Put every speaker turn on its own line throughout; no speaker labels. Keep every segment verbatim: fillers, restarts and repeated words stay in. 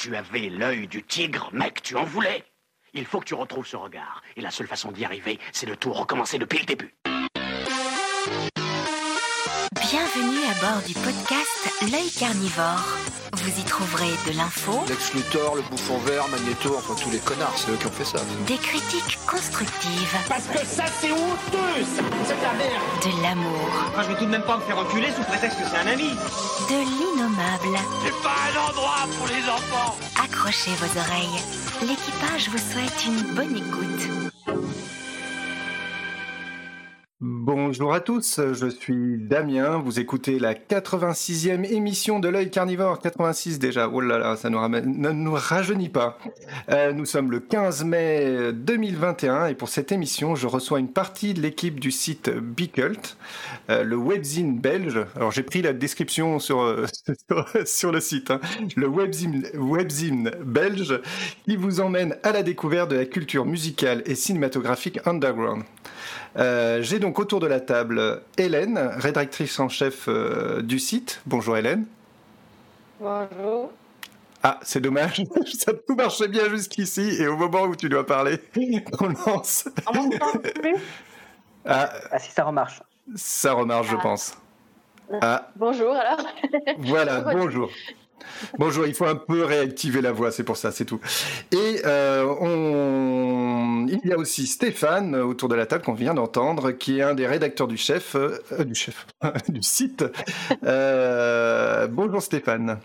Tu avais l'œil du tigre, mec, tu en voulais. Il faut que tu retrouves ce regard. Et la seule façon d'y arriver, c'est de tout recommencer depuis le début.
Bienvenue à bord du podcast L'œil carnivore. Vous y trouverez de l'info,
Lex Luthor, le bouffon vert, Magneto, enfin tous les connards, c'est eux qui ont fait ça.
des critiques constructives,
Parce que ça, c'est honteux, ça. C'est de la merde.
de l'amour,
Moi, je vais tout de même pas me faire enculer sous prétexte que c'est un ami.
de l'innommable.
C'est pas un endroit pour les enfants.
Accrochez vos oreilles. L'équipage vous souhaite une bonne écoute.
Bonjour à tous, je suis Damien, vous écoutez la quatre-vingt-sixième émission de l'œil carnivore, quatre-vingt-six déjà, oh là là, ça nous ramène, ne nous rajeunit pas. Euh, nous sommes le quinze mai deux mille vingt et un et pour cette émission, je reçois une partie de l'équipe du site Bicult, euh, le webzine belge. Alors j'ai pris la description sur, euh, sur, sur le site, hein. Le webzine, webzine belge qui vous emmène à la découverte de la culture musicale et cinématographique underground. Euh, j'ai donc autour de la table Hélène, rédactrice en chef euh, du site. Bonjour Hélène.
Bonjour.
Ah, c'est dommage, ça tout marchait bien jusqu'ici et au moment où tu dois parler, on lance.
On m'entend plus ?
Ah,
Ah si, ça remarche.
ça remarche, je
Ah.
pense. Ah,
Bonjour alors.
voilà, bonjour. Bonjour, il faut un peu réactiver la voix, c'est pour ça, c'est tout. Et euh, on... il y a aussi Stéphane autour de la table qu'on vient d'entendre, qui est un des rédacteurs du chef, euh, du chef, du site. Euh, bonjour Stéphane.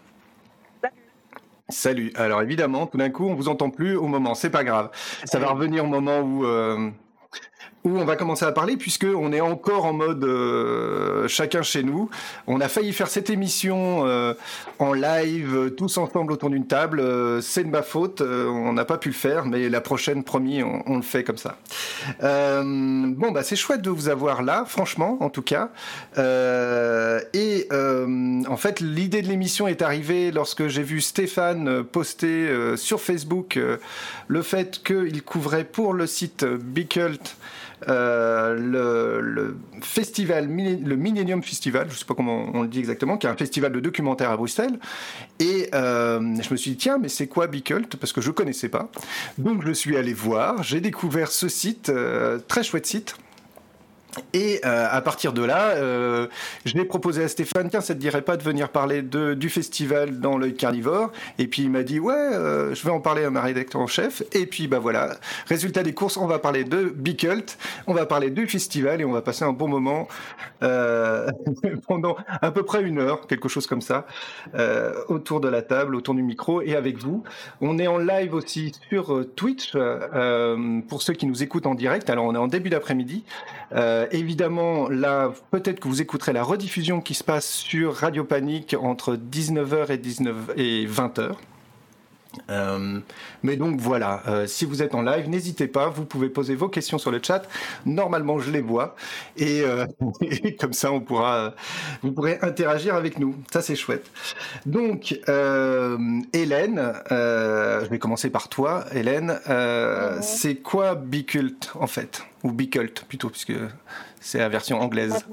Salut. Alors évidemment, tout d'un coup, on vous entend plus au moment. C'est pas grave. Ça va revenir au moment où. Euh, où on va commencer à parler, puisqu'on est encore en mode euh, chacun chez nous. On a failli faire cette émission euh, en live, euh, tous ensemble autour d'une table. Euh, c'est de ma faute, euh, on n'a pas pu le faire, mais la prochaine, promis, on, on le fait comme ça. Euh, bon, bah c'est chouette de vous avoir là, franchement, en tout cas. Euh, et euh, en fait, l'idée de l'émission est arrivée lorsque j'ai vu Stéphane poster euh, sur Facebook euh, le fait qu'il couvrait pour le site Bicult Euh, le, le festival, le Millennium Festival, je ne sais pas comment on le dit exactement, qui est un festival de documentaire à Bruxelles. Et euh, je me suis dit, tiens, mais c'est quoi Bicult ? Parce que je ne connaissais pas. Donc je suis allé voir, j'ai découvert ce site, euh, très chouette site. Et euh, à partir de là, euh, je l'ai proposé à Stéphane, tiens, ça te dirait pas de venir parler de, du festival dans l'œil carnivore ? Et puis il m'a dit, ouais, euh, je vais en parler à ma rédactrice en chef. Et puis bah voilà, résultat des courses, on va parler de Bicult, on va parler du festival et on va passer un bon moment euh, pendant à peu près une heure, quelque chose comme ça, euh, autour de la table, autour du micro et avec vous. On est en live aussi sur Twitch euh, pour ceux qui nous écoutent en direct. Alors on est en début d'après-midi. Euh, évidemment, là, peut-être que vous écouterez la rediffusion qui se passe sur Radio Panique entre dix-neuf heures et, dix-neuf et vingt heures. Euh, mais donc voilà, euh, si vous êtes en live, n'hésitez pas, vous pouvez poser vos questions sur le chat. Normalement, je les vois et, euh, et comme ça, on pourra, vous pourrez interagir avec nous. Ça, c'est chouette. Donc, euh, Hélène, euh, je vais commencer par toi, Hélène. Euh,
Mhm.
C'est quoi Bicult en fait, ou Bicult plutôt, puisque c'est la version anglaise.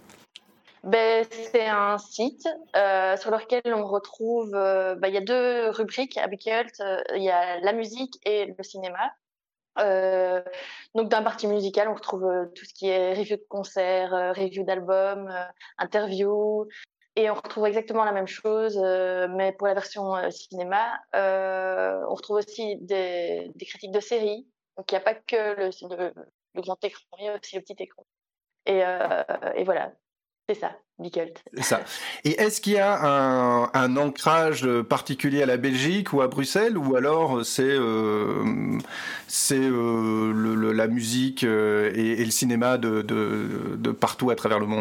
Ben, c'est un site euh, sur lequel on retrouve, euh, ben, il y a deux rubriques à Bicult, euh, il y a la musique et le cinéma. Euh, donc dans la partie musicale, on retrouve euh, tout ce qui est review de concerts, euh, review d'albums, euh, interviews, et on retrouve exactement la même chose, euh, mais pour la version euh, cinéma. Euh, on retrouve aussi des, des critiques de séries, donc il n'y a pas que le, le, le grand écran, il y a aussi le petit écran. Et, euh, et voilà. C'est ça, Bicult.
C'est ça. Et est-ce qu'il y a un, un ancrage particulier à la Belgique ou à Bruxelles, ou alors c'est euh, c'est euh, le, le, la musique euh, et, et le cinéma de, de, de partout à travers le monde ?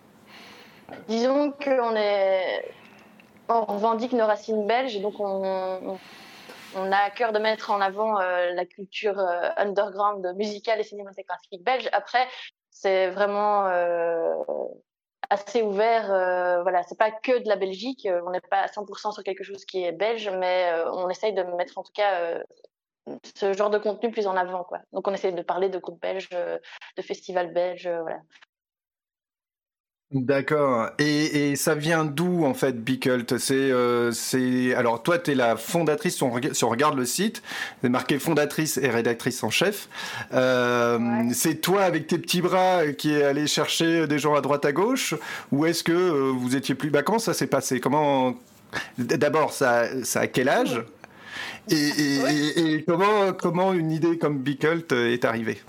Disons qu'on est... on revendique nos racines belges, et donc on, on, on a à cœur de mettre en avant euh, la culture euh, underground musicale et cinématographique belge. Après, c'est vraiment... Euh, assez ouvert, euh, voilà, c'est pas que de la Belgique, euh, on n'est pas à cent pour cent sur quelque chose qui est belge, mais euh, on essaye de mettre en tout cas euh, ce genre de contenu plus en avant, quoi. Donc on essaye de parler de groupes belges, euh, de festivals belges, euh, voilà.
D'accord. Et, et ça vient d'où en fait, Bicult? C'est, euh, c'est. Alors toi, tu es la fondatrice. Si on, rega- si on regarde le site, c'est marqué fondatrice et rédactrice en chef. Euh,
Ouais.
c'est toi avec tes petits bras qui est allé chercher des gens à droite à gauche, ou est-ce que euh, vous étiez plus. Bah, comment ça s'est passé? Comment D'abord, ça, ça a quel âge? Et, et,
Ouais.
et, et comment comment une idée comme Bicult est arrivée?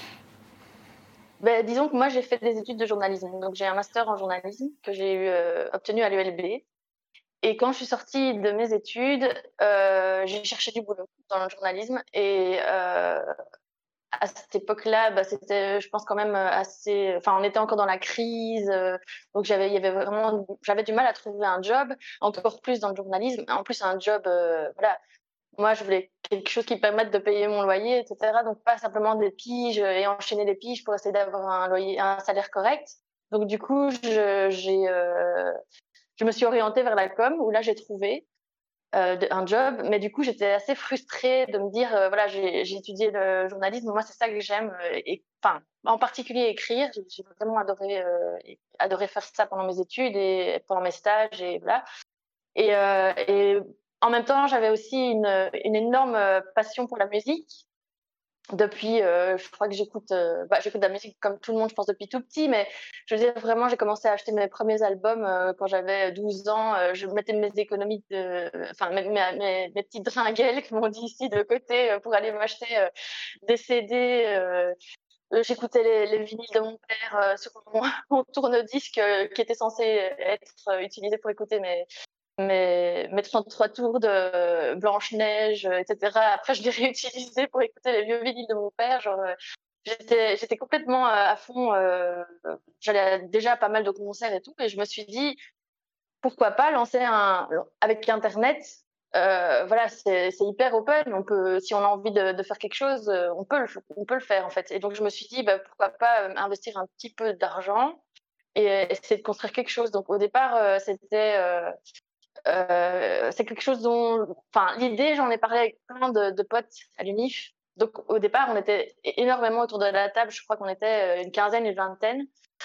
Ben, disons que moi, j'ai fait des études de journalisme. Donc, j'ai un master en journalisme que j'ai eu, euh, obtenu à l'U L B. Et quand je suis sortie de mes études, euh, j'ai cherché du boulot dans le journalisme. Et euh, à cette époque-là, bah, c'était, je pense, quand même assez. Enfin, on était encore dans la crise. euh, donc, j'avais, il y avait vraiment, j'avais du mal à trouver un job, encore plus dans le journalisme. En plus, un job, euh, voilà. Moi, je voulais quelque chose qui me permette de payer mon loyer, et cetera. Donc, pas simplement des piges et enchaîner des piges pour essayer d'avoir un loyer, un salaire correct. Donc, du coup, je, j'ai, euh, je me suis orientée vers la com où là, j'ai trouvé euh, de- un job. Mais du coup, j'étais assez frustrée de me dire, euh, voilà, j'ai, j'ai étudié le journalisme. Moi, c'est ça que j'aime. euh, Et, enfin, en particulier écrire. J'ai, j'ai vraiment adoré, euh, adoré faire ça pendant mes études et pendant mes stages et voilà. Et, euh, et en même temps, j'avais aussi une, une énorme euh, passion pour la musique. Depuis, euh, je crois que j'écoute, euh, bah, j'écoute de la musique comme tout le monde, je pense, depuis tout petit. Mais je veux dire, vraiment, j'ai commencé à acheter mes premiers albums euh, quand j'avais douze ans. Euh, je mettais mes économies, de, enfin, mes, mes, mes, mes petites bringuelles, comme on dit ici, de côté euh, pour aller m'acheter euh, des C D. Euh, euh, J'écoutais les, les vinyles de mon père euh, sur mon, mon tourne-disque euh, qui était censé être euh, utilisé pour écouter mes, mes, mes trente-trois tours de Blanche-Neige, et cetera. Après, je l'ai réutilisé pour écouter les vieux vinyles de mon père. Genre, euh, j'étais, j'étais complètement euh, à fond. Euh, j'allais à déjà à pas mal de concerts et tout. Et je me suis dit, pourquoi pas lancer un. Avec Internet, euh, voilà, c'est, c'est hyper open. On peut, si on a envie de, de faire quelque chose, euh, on peut, le, on peut le faire, en fait. Et donc, je me suis dit, bah, pourquoi pas euh, investir un petit peu d'argent et euh, essayer de construire quelque chose. Donc, au départ, euh, c'était. Euh, euh, c'est quelque chose dont, enfin, l'idée, j'en ai parlé avec plein de, de potes à l'UNIF. Donc, au départ, on était énormément autour de la table. Je crois qu'on était une quinzaine, une vingtaine.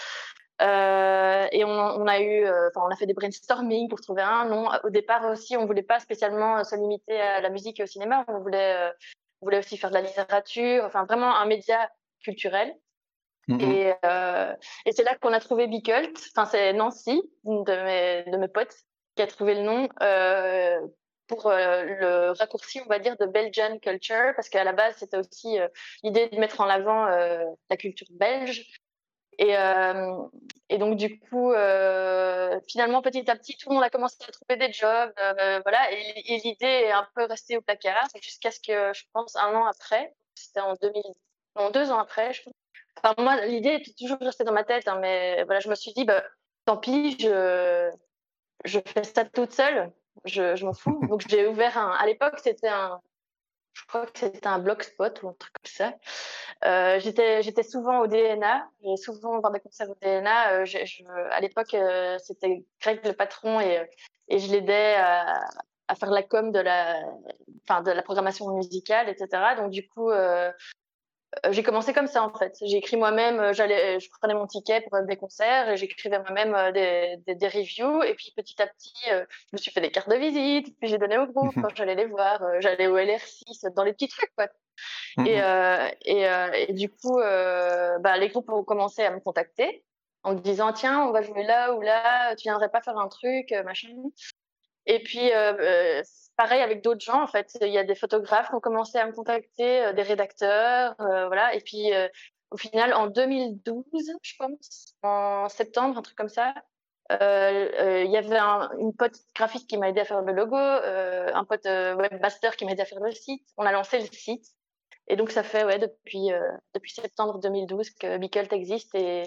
Euh, et on, on a eu, euh, enfin, on a fait des brainstorming pour trouver un nom. Au départ aussi, on voulait pas spécialement se limiter à la musique et au cinéma. On voulait, euh, on voulait aussi faire de la littérature. Enfin, vraiment un média culturel.
Mhm.
Et, euh, et c'est là qu'on a trouvé Bicult. Enfin, c'est Nancy, une de mes, de mes potes, qui a trouvé le nom euh, pour euh, le raccourci, on va dire, de Belgian Culture, parce qu'à la base, c'était aussi euh, l'idée de mettre en avant euh, la culture belge. Et, euh, et donc, du coup, euh, finalement, petit à petit, tout le monde a commencé à trouver des jobs. Euh, voilà, et, et l'idée est un peu restée au placard jusqu'à ce que, je pense, un an après, c'était en deux mille, non, deux ans après, je pense. Enfin, moi, l'idée était toujours restée dans ma tête, hein, mais voilà, je me suis dit, bah, tant pis, je, je fais ça toute seule, je, je m'en fous. Donc, j'ai ouvert un. À l'époque, c'était un. Je crois que c'était un blogspot ou un truc comme ça. Euh, j'étais, j'étais souvent au D N A, j'ai souvent voir des concerts au D N A. Euh, je, je, à l'époque, euh, c'était Greg le patron et, et je l'aidais à, à faire la com de la, enfin, de la programmation musicale, et cetera. Donc, du coup, euh, euh, j'ai commencé comme ça en fait. J'ai écrit moi-même, euh, j'allais, je prenais mon ticket pour des concerts et j'écrivais moi-même euh, des, des, des reviews. Et puis petit à petit, euh, je me suis fait des cartes de visite, puis j'ai donné au groupe quand j'allais les voir. Euh, j'allais au L R six, dans les petits trucs quoi. Et,
Mhm.
euh, et, euh, et du coup, euh, bah, les groupes ont commencé à me contacter en me disant tiens, on va jouer là ou là, tu viendrais pas faire un truc, euh, machin. Et puis, euh, euh, pareil avec d'autres gens, en fait. Il y a des photographes qui ont commencé à me contacter, euh, des rédacteurs, euh, voilà. Et puis, euh, au final, en deux mille douze, je pense, en septembre, un truc comme ça, euh, euh, il y avait un, une pote graphiste qui m'a aidé à faire le logo, euh, un pote euh, webmaster qui m'a aidé à faire le site. On a lancé le site. Et donc, ça fait, ouais, depuis, euh, depuis septembre deux mille douze que Bicult existe. Et,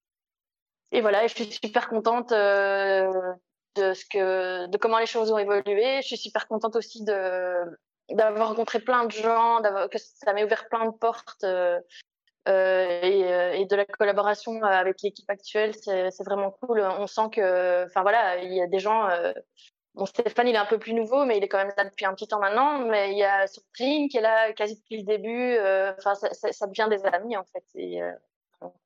et voilà, et je suis super contente euh, de ce que, de comment les choses ont évolué. Je suis super contente aussi de d'avoir rencontré plein de gens, d'avoir, que ça m'ait ouvert plein de portes euh, euh, et, euh, et de la collaboration avec l'équipe actuelle, c'est, c'est vraiment cool. On sent que, enfin voilà, il y a des gens. Euh, bon, Stéphane, il est un peu plus nouveau, mais il est quand même là depuis un petit temps maintenant. Mais il y a Sandrine qui est là quasi depuis le début. Enfin, euh, ça, ça, ça devient des amis en fait. Et, euh,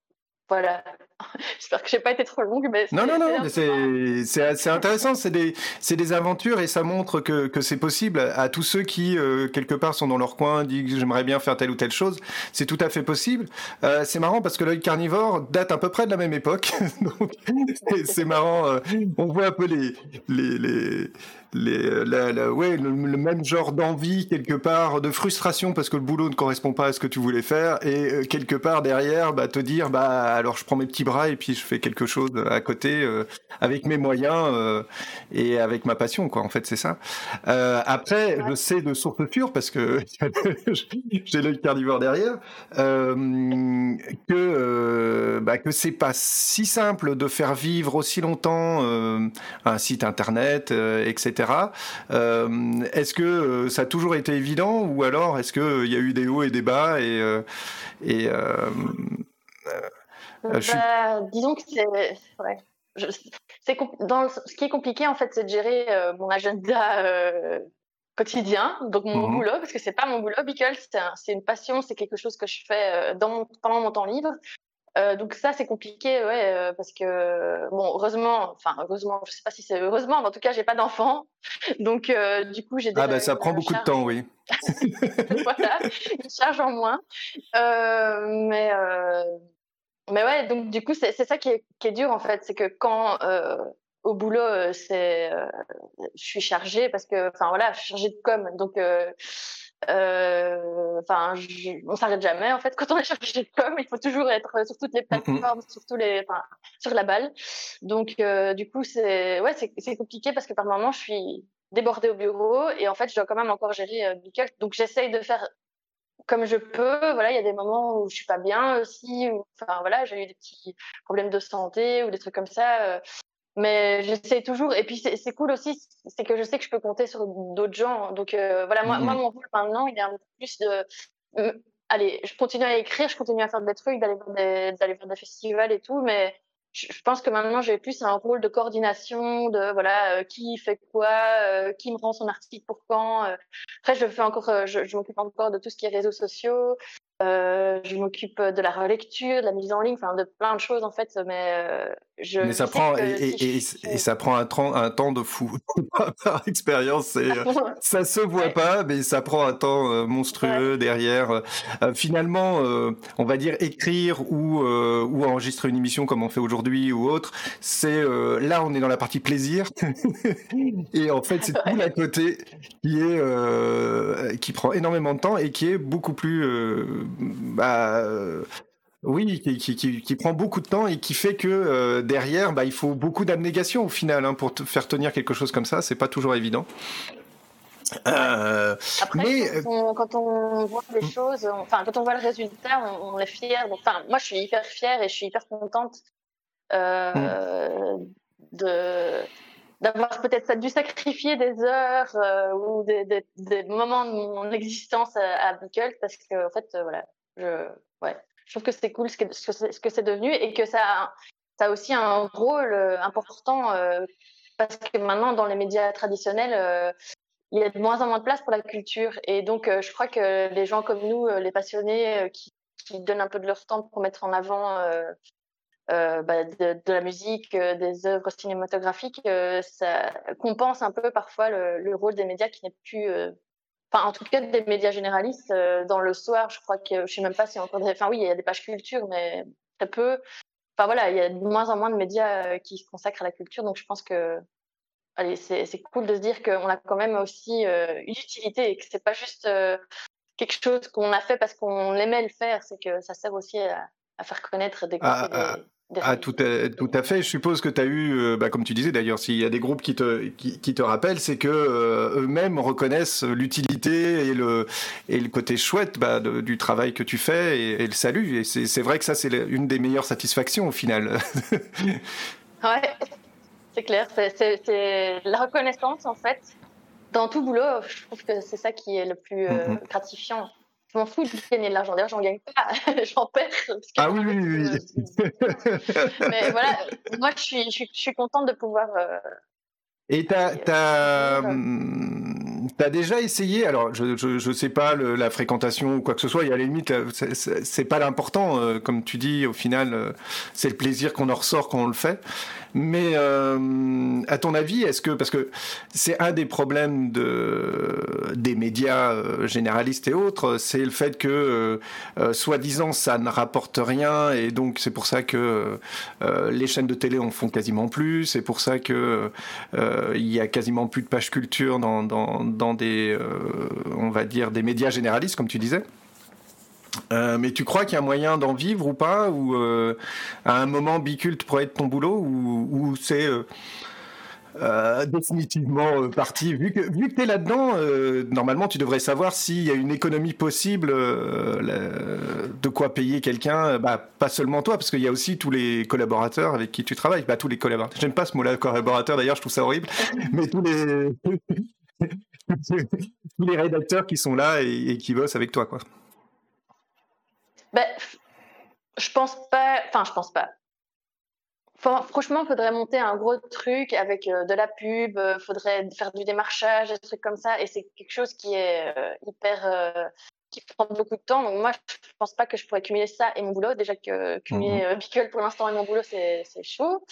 voilà. J'espère que j'ai pas été trop longue, mais
non, non, non,
c'est,
c'est, c'est, c'est intéressant. C'est des, c'est des aventures et ça montre que, que c'est possible à tous ceux qui, euh, quelque part, sont dans leur coin, disent j'aimerais bien faire telle ou telle chose. C'est tout à fait possible. Euh, c'est marrant parce que l'œil carnivore date à peu près de la même époque. Donc, c'est, c'est marrant. Euh, on voit un peu les, les, les, les, la, la, ouais, le, le même genre d'envie, quelque part, de frustration parce que le boulot ne correspond pas à ce que tu voulais faire et euh, quelque part derrière, bah, te dire, bah, alors je prends mes petits bras et puis je fais quelque chose à côté euh, avec mes moyens euh, et avec ma passion, quoi. En fait, c'est ça. Euh, après, ouais. Je sais de source sûre parce que j'ai l'œil carnivore derrière euh, que euh, bah, que c'est pas si simple de faire vivre aussi longtemps euh, un site internet, euh, et cetera. Euh, est-ce que euh, ça a toujours été évident ou alors est-ce que il euh, y a eu des hauts et des bas et euh, et euh,
euh, bah, suis... disons que c'est ouais. Je, c'est dans le, ce qui est compliqué en fait, c'est de gérer euh, mon agenda euh, quotidien, donc mon mmh. boulot, parce que c'est pas mon boulot. Beacles, c'est, un, c'est une passion, c'est quelque chose que je fais euh, dans mon, pendant mon temps libre. Euh, donc ça c'est compliqué, ouais, euh, parce que bon, heureusement, enfin heureusement, je sais pas si c'est heureusement, mais en tout cas j'ai pas d'enfant, donc euh, du coup j'ai.
Ah bah ça prend beaucoup charge. de temps, oui.
Voilà, une charge en moins, euh, mais. Euh... Mais ouais, donc du coup, c'est, c'est ça qui est, qui est dur en fait, c'est que quand euh, au boulot, c'est, euh, je suis chargée parce que, enfin voilà, je suis chargée de com, donc, enfin, euh, euh, on s'arrête jamais en fait. Quand on est chargé de com, il faut toujours être sur toutes les plateformes, sur tous les, enfin, sur la balle. Donc euh, du coup, c'est, ouais, c'est, c'est compliqué parce que par moments, je suis débordée au bureau et en fait, je dois quand même encore gérer euh, Beacles. Donc j'essaye de faire comme je peux. Voilà, il y a des moments où je suis pas bien aussi, où, enfin voilà, j'ai eu des petits problèmes de santé ou des trucs comme ça, euh, mais j'essaie toujours. Et puis c'est, c'est cool aussi, c'est que je sais que je peux compter sur d'autres gens. Donc euh, voilà, moi, mmh. moi mon rôle maintenant, il est un peu plus de, euh, allez, je continue à écrire, je continue à faire des trucs, d'aller voir des, d'aller voir des festivals et tout, mais je pense que maintenant j'ai plus un rôle de coordination, de voilà euh, qui fait quoi, euh, qui me rend son article pour quand. Euh. Après je fais encore, euh, je, je m'occupe encore de tout ce qui est réseaux sociaux. Euh, je m'occupe de la relecture, de la mise en ligne, enfin de plein de choses en fait, mais euh, je.
Mais ça
je
prend et,
si
et,
je...
et, et ça prend un temps, un temps de fou. Par expérience, c'est, ça se voit ouais. pas, mais ça prend un temps euh, monstrueux ouais. derrière. Euh, finalement, euh, on va dire écrire ou euh, ou enregistrer une émission comme on fait aujourd'hui ou autre, c'est euh, là on est dans la partie plaisir et en fait c'est tout ouais. à côté qui est euh, qui prend énormément de temps et qui est beaucoup plus euh, bah euh, oui, qui, qui, qui, qui prend beaucoup de temps et qui fait que euh, derrière, bah, il faut beaucoup d'abnégation au final hein, pour te faire tenir quelque chose comme ça. C'est pas toujours évident.
Euh, Après, mais... quand, on, quand on voit les choses, on, enfin quand on voit le résultat, on, on est fier. Enfin, moi, je suis hyper fière et je suis hyper contente euh, mm. de d'avoir peut-être dû sacrifier des heures euh, ou des, des, des moments de mon existence à, à Beacles parce que en fait, euh, voilà, je, ouais. Je trouve que c'est cool ce que, ce que, c'est, ce que c'est devenu et que ça a, ça a aussi un rôle euh, important euh, parce que maintenant, dans les médias traditionnels, euh, il y a de moins en moins de place pour la culture. Et donc, euh, je crois que les gens comme nous, euh, les passionnés, euh, qui, qui donnent un peu de leur temps pour mettre en avant euh, euh, bah, de, de la musique, euh, des œuvres cinématographiques, euh, ça compense un peu parfois le, le rôle des médias qui n'est plus... Euh, Enfin, en tout cas, des médias généralistes. Euh, dans le soir, je crois que je sais même pas si encore des. Enfin, oui, il y a des pages culture, mais très peu. Enfin voilà, il y a de moins en moins de médias euh, qui se consacrent à la culture. Donc, je pense que, allez, c'est, c'est cool de se dire qu'on a quand même aussi euh, une utilité et que c'est pas juste euh, quelque chose qu'on a fait parce qu'on aimait le faire. C'est que ça sert aussi à, à faire connaître des.
Ah,
des,
ah.
des
Ah, tout à, tout à fait. Je suppose que tu as eu, euh, bah, comme tu disais d'ailleurs, s'il y a des groupes qui te, qui, qui te rappellent, c'est que euh, eux-mêmes reconnaissent l'utilité et le, et le côté chouette bah, de, du travail que tu fais et, et le salut. Et c'est, c'est vrai que ça, c'est une des meilleures satisfactions au final.
Ouais, c'est clair. C'est, c'est, c'est la reconnaissance en fait. Dans tout boulot, je trouve que c'est ça qui est le plus euh, mm-hmm. gratifiant. Je m'en fous de gagner de l'argent. D'ailleurs, j'en gagne pas, j'en perds. Parce que
ah oui, oui, oui.
Mais voilà, moi, je suis, je suis, je suis contente de pouvoir. Euh...
Et t'as, t'as, t'as déjà essayé, alors je, je, je sais pas le, la fréquentation ou quoi que ce soit, il y a la limite, c'est, c'est, c'est pas l'important, euh, comme tu dis, au final, euh, c'est le plaisir qu'on en ressort quand on le fait. Mais euh, à ton avis, est-ce que, parce que c'est un des problèmes de, des médias euh, généralistes et autres, c'est le fait que, euh, soi-disant, ça ne rapporte rien, et donc c'est pour ça que euh, les chaînes de télé en font quasiment plus, c'est pour ça que euh, il y a quasiment plus de pages culture dans, dans, dans des, euh, on va dire, des médias généralistes, comme tu disais. Euh, mais tu crois qu'il y a moyen d'en vivre ou pas, ou euh, à un moment Biculte pourrait être ton boulot, ou, ou c'est euh, euh, définitivement euh, parti, vu que vu que t'es là-dedans, euh, normalement tu devrais savoir s'il y a une économie possible, euh, la, de quoi payer quelqu'un, bah pas seulement toi, parce qu'il y a aussi tous les collaborateurs avec qui tu travailles, bah tous les collaborateurs. J'aime pas ce mot-là, collaborateur. D'ailleurs, je trouve ça horrible, mais tous les tous les rédacteurs qui sont là et, et qui bossent avec toi, quoi.
Ben, je pense pas. Enfin, je pense pas. Enfin, franchement, il faudrait monter un gros truc avec euh, de la pub, euh, faudrait faire du démarchage, des trucs comme ça, et c'est quelque chose qui est euh, hyper, euh, qui prend beaucoup de temps. Donc moi, je pense pas que je pourrais cumuler ça et mon boulot. Déjà que cumuler euh, Biculte pour l'instant et mon boulot, c'est, c'est chaud.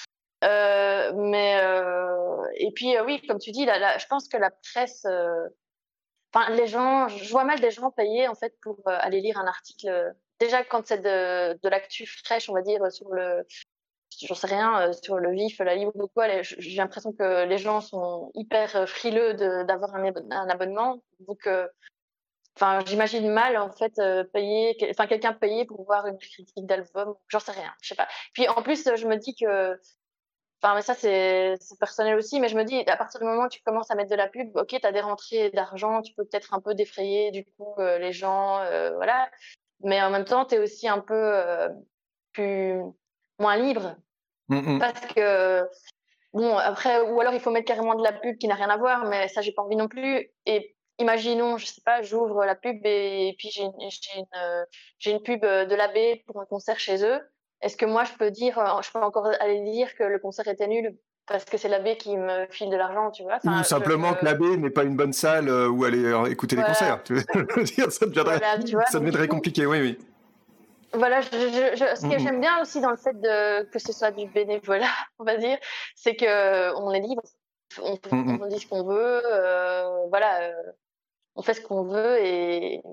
Euh, mais euh, et puis euh, oui, comme tu dis, là, là, je pense que la presse. Euh, Enfin, les gens, je vois mal des gens payer en fait pour euh, aller lire un article. Déjà, quand c'est de, de l'actu fraîche, on va dire sur le, j'en sais rien, euh, sur le vif, la libre ou quoi. Les, j'ai l'impression que les gens sont hyper frileux de, d'avoir un, un abonnement. Donc, euh, enfin, j'imagine mal en fait euh, payer, enfin quelqu'un payer pour voir une critique d'album. J'en sais rien, je sais pas. Puis en plus, je me dis que Enfin, mais ça, c'est, c'est personnel aussi, mais je me dis, à partir du moment où tu commences à mettre de la pub, ok, tu as des rentrées d'argent, tu peux peut-être un peu défrayer, du coup, euh, les gens, euh, voilà. Mais en même temps, tu es aussi un peu euh, plus, moins libre.
Mm-hmm.
Parce que, bon, après, ou alors il faut mettre carrément de la pub qui n'a rien à voir, mais ça, j'ai pas envie non plus. Et imaginons, je sais pas, j'ouvre la pub et, et puis j'ai une, j'ai, une, euh, j'ai une pub de l'abbé pour un concert chez eux. Est-ce que moi, je peux dire, je peux encore aller dire que le concert était nul parce que c'est l'abbé qui me file de l'argent, tu vois? Enfin,
Ou simplement
je...
que l'abbé n'est pas une bonne salle où aller écouter
voilà.
les concerts. Tu veux dire, ça deviendrait,
voilà, tu vois,
ça deviendrait
coup,
compliqué, oui, oui.
Voilà, je, je, je, ce que
Mm-hmm.
j'aime bien aussi dans le fait de, que ce soit du bénévolat, on va dire, c'est que on est libre, on, mm-hmm. on dit ce qu'on veut, euh, voilà, euh, on fait ce qu'on veut et...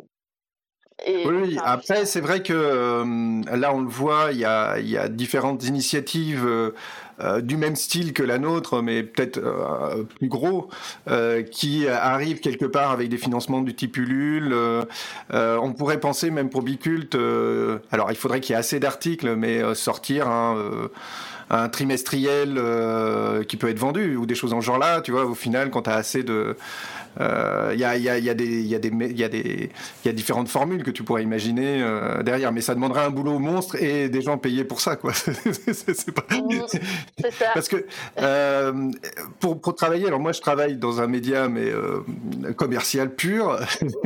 Et, oui, enfin, après, c'est vrai que euh, là, on le voit, il y a, il y a différentes initiatives euh, euh, du même style que la nôtre, mais peut-être euh, plus gros, euh, qui arrivent quelque part avec des financements du type Ulule. Euh, euh, on pourrait penser, même pour Biculte, euh, alors il faudrait qu'il y ait assez d'articles, mais euh, sortir un... Euh, un trimestriel euh, qui peut être vendu ou des choses en genre là, tu vois, au final, quand tu as assez de... Il euh, y, a, y, a, y, a des, y, a des, y, a des, y a différentes formules que tu pourrais imaginer euh, derrière, mais ça demanderait un boulot monstre et des gens payés pour ça, quoi. c'est, c'est pas...
c'est ça.
Parce que euh, pour, pour travailler, alors moi je travaille dans un média mais euh, commercial pur.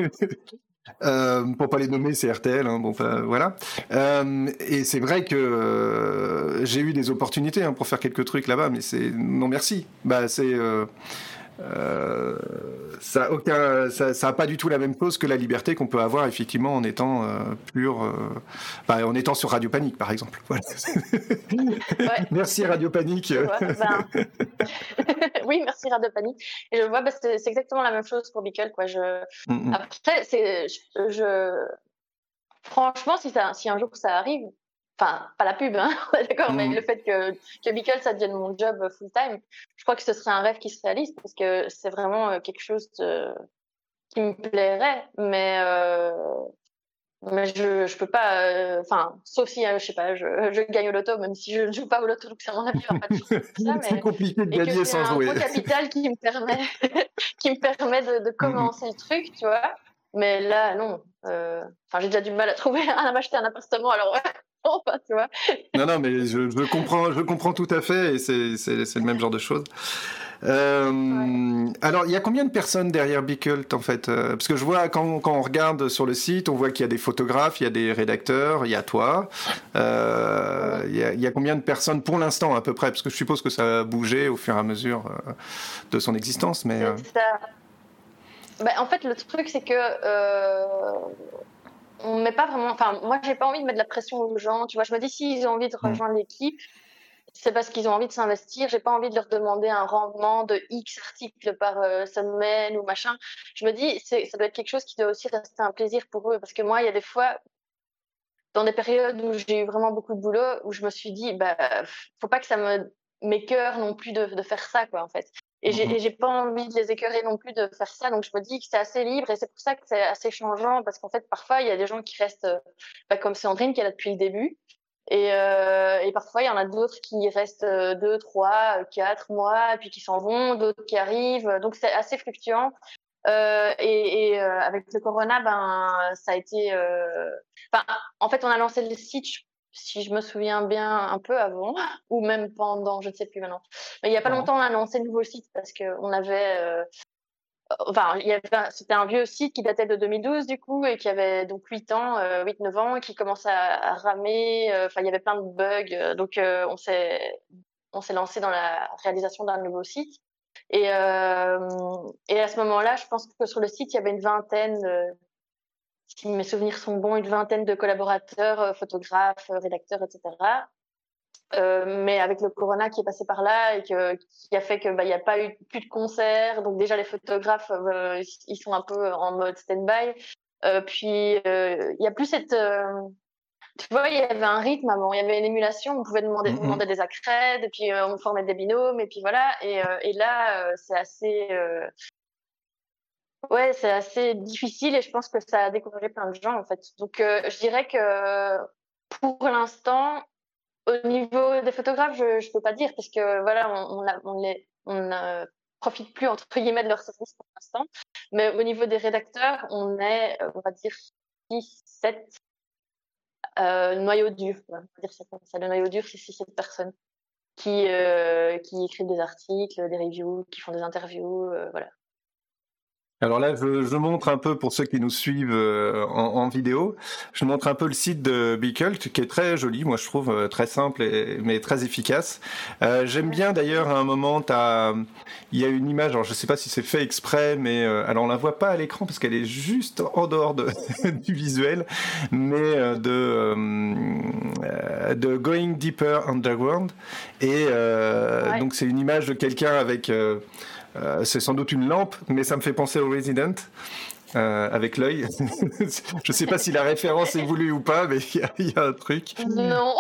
Euh, pour pas les nommer, c'est R T L, hein, bon, enfin, voilà. Euh, et c'est vrai que euh, j'ai eu des opportunités hein, pour faire quelques trucs là-bas, mais c'est non merci. Bah c'est euh, euh, ça a aucun, ça, ça a pas du tout la même chose que la liberté qu'on peut avoir effectivement en étant euh, pur, euh, bah, en étant sur Radio Panique par exemple. Voilà. Ouais. Merci Radio Panique.
Vois, ben... oui, merci Radio Panique. Et je vois, bah, c'est, c'est exactement la même chose pour Biculte, quoi. Je... Mm-hmm. Après, c'est, je, je... franchement, si, ça, si un jour ça arrive. Enfin, pas la pub, hein, d'accord, mmh. mais le fait que, que Biculte, ça devienne mon job full-time, je crois que ce serait un rêve qui se réalise parce que c'est vraiment quelque chose de, qui me plairait, mais, euh, mais je, je peux pas, enfin, euh, sauf si, euh, je sais pas, je, je gagne au loto, même si je ne joue pas au loto, donc ça, mon avis, il n'y aura pas de chance. Ça, mais,
c'est compliqué de gagner sans jouer.
Et que c'est un gros capital qui me permet, qui me permet de, de commencer mmh. le truc, tu vois, mais là, non. Euh, enfin, j'ai déjà du mal à trouver, à m'acheter un appartement, alors ouais. Enfin, tu vois.
Non, non, mais je, je comprends, je comprends tout à fait, et c'est, c'est, c'est le même genre de choses. Euh, ouais. Alors, il y a combien de personnes derrière Biculte en fait ? Parce que je vois quand, quand on regarde sur le site, on voit qu'il y a des photographes, il y a des rédacteurs, il y a toi. Euh, il, y a, il y a combien de personnes pour l'instant à peu près ? Parce que je suppose que ça a bougé au fur et à mesure de son existence, mais.
C'est ça. Bah, en fait, le truc, c'est que euh, on met pas vraiment. Enfin, moi, j'ai pas envie de mettre de la pression aux gens. Tu vois, je me dis, s'ils ont envie de rejoindre mmh. l'équipe, c'est parce qu'ils ont envie de s'investir. J'ai pas envie de leur demander un rendement de X articles par euh, semaine ou machin. Je me dis, c'est, ça doit être quelque chose qui doit aussi rester un plaisir pour eux. Parce que moi, il y a des fois, dans des périodes où j'ai eu vraiment beaucoup de boulot, où je me suis dit, bah, faut pas que ça me m'écœure non plus de, de faire ça, quoi, en fait. Et j'ai, et j'ai pas envie de les écœurer non plus de faire ça, donc je me dis que c'est assez libre et c'est pour ça que c'est assez changeant parce qu'en fait parfois il y a des gens qui restent, bah, comme Sandrine qui est là depuis le début, et, euh, et parfois il y en a d'autres qui restent deux, trois, quatre mois et puis qui s'en vont, d'autres qui arrivent, donc c'est assez fluctuant. Euh, et et euh, avec le corona, ben ça a été, euh... enfin, en fait on a lancé le site, si je me souviens bien, un peu avant, ou même pendant, je ne sais plus maintenant. Mais il n'y a pas ouais. longtemps, on a lancé le nouveau site parce qu'on avait... Euh, enfin, il y avait, c'était un vieux site qui datait de deux mille douze, du coup, et qui avait donc huit ans, euh, huit neuf ans, et qui commençait à, à ramer. Enfin, euh, il y avait plein de bugs. Donc, euh, on, s'est, on s'est lancé dans la réalisation d'un nouveau site. Et, euh, et à ce moment-là, je pense que sur le site, il y avait une vingtaine... Euh, si mes souvenirs sont bons, une vingtaine de collaborateurs, photographes, rédacteurs, et cetera. Euh, mais avec le corona qui est passé par là et que, qui a fait qu'il bah, n'y a pas eu plus de concerts, donc déjà les photographes, euh, ils sont un peu en mode stand-by. Euh, puis il euh, n'y a plus cette... Euh, tu vois, il y avait un rythme avant, il y avait une émulation, on pouvait demander, mm-hmm. demander des accrèdes, et puis euh, on formait des binômes, et puis voilà. Et, euh, et là, euh, c'est assez... Euh, Ouais, c'est assez difficile et je pense que ça a découragé plein de gens en fait. Donc euh, je dirais que pour l'instant, au niveau des photographes, je je peux pas dire parce que voilà, on on, a, on les on ne profite plus entre guillemets de leur service pour l'instant. Mais au niveau des rédacteurs, on est, on va dire six, sept euh, noyaux durs. On va dire ça comme ça. Le noyau dur, c'est six, sept personnes qui euh, qui écrivent des articles, des reviews, qui font des interviews, euh, voilà.
Alors là, je, je montre un peu pour ceux qui nous suivent euh, en, en vidéo, je montre un peu le site de Bcult qui est très joli, moi je trouve euh, très simple et, mais très efficace. Euh, j'aime bien d'ailleurs à un moment, t'as, il y a une image, alors je sais pas si c'est fait exprès, mais euh, alors on la voit pas à l'écran parce qu'elle est juste en dehors de, du visuel, mais euh, de euh, de Going Deeper Underground et euh, ouais. donc c'est une image de quelqu'un avec euh, Euh, c'est sans doute une lampe, mais ça me fait penser au Resident euh, avec l'œil. Je sais pas si la référence est voulue ou pas, mais il y, y a un truc.
Non.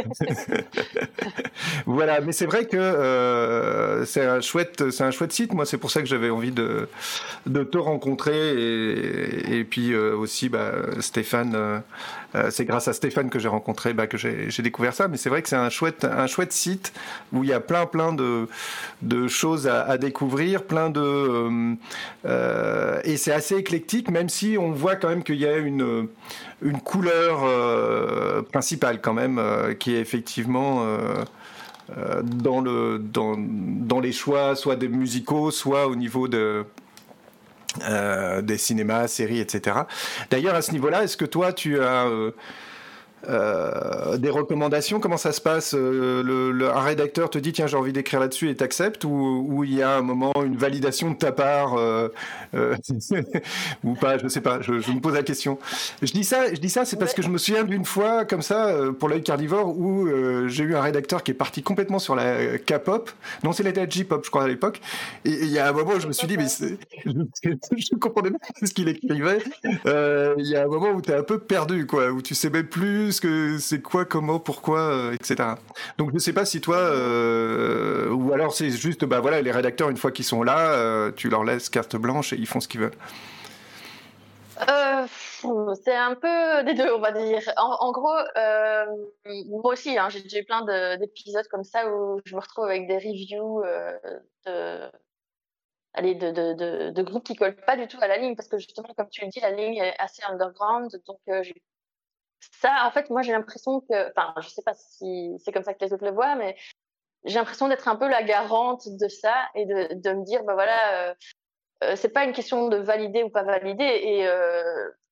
Voilà, mais c'est vrai que euh, c'est un chouette, c'est un chouette site. Moi, c'est pour ça que j'avais envie de de te rencontrer et, et puis euh, aussi bah, Stéphane. Euh, Euh, c'est grâce à Stéphane que j'ai rencontré, bah, que j'ai, j'ai découvert ça. Mais c'est vrai que c'est un chouette, un chouette site où il y a plein, plein de, de choses à, à découvrir, plein de, euh, euh, et c'est assez éclectique, même si on voit quand même qu'il y a une, une couleur euh, principale quand même, euh, qui est effectivement euh, euh, dans le, dans, dans les choix, soit des musicaux, soit au niveau de Euh, des cinémas, séries, et cetera. D'ailleurs, à ce niveau-là, est-ce que toi, tu as euh, euh, des recommandations? Comment ça se passe? euh, le, le, Un rédacteur te dit tiens, j'ai envie d'écrire là-dessus et t'acceptes, ou, ou il y a un moment une validation de ta part euh, euh, ou pas? Je sais pas. Je, je me pose la question. Je dis ça, je dis ça, c'est parce que je me souviens d'une fois comme ça euh, pour l'œil carnivore où euh, j'ai eu un rédacteur qui est parti complètement sur la K-pop. Non, c'est la J-pop, je crois à l'époque. Et il y a un moment où je me suis dit mais c'est... je comprenais pas ce qu'il écrivait. Euh, il y a un moment où t'es un peu perdu, quoi, où tu sais même plus ce que c'est quoi, comment, pourquoi, euh, et cetera. Donc je sais pas si toi, euh, ou alors c'est juste, bah voilà, les rédacteurs une fois qu'ils sont là, euh, tu leur laisses carte blanche et ils font ce qu'ils veulent.
Euh, c'est un peu des deux, on va dire. En, en gros, euh, moi aussi, hein, j'ai déjà eu plein de, d'épisodes comme ça où je me retrouve avec des reviews euh, de, allez, de, de, de, de groupes qui collent pas du tout à la ligne, parce que justement, comme tu le dis, la ligne est assez underground. Donc, euh, j'ai... ça, en fait, moi, j'ai l'impression que, enfin, je sais pas si c'est comme ça que les autres le voient, mais j'ai l'impression d'être un peu la garante de ça et de, de me dire, bah voilà. Euh, Euh, c'est pas une question de valider ou pas valider, et euh,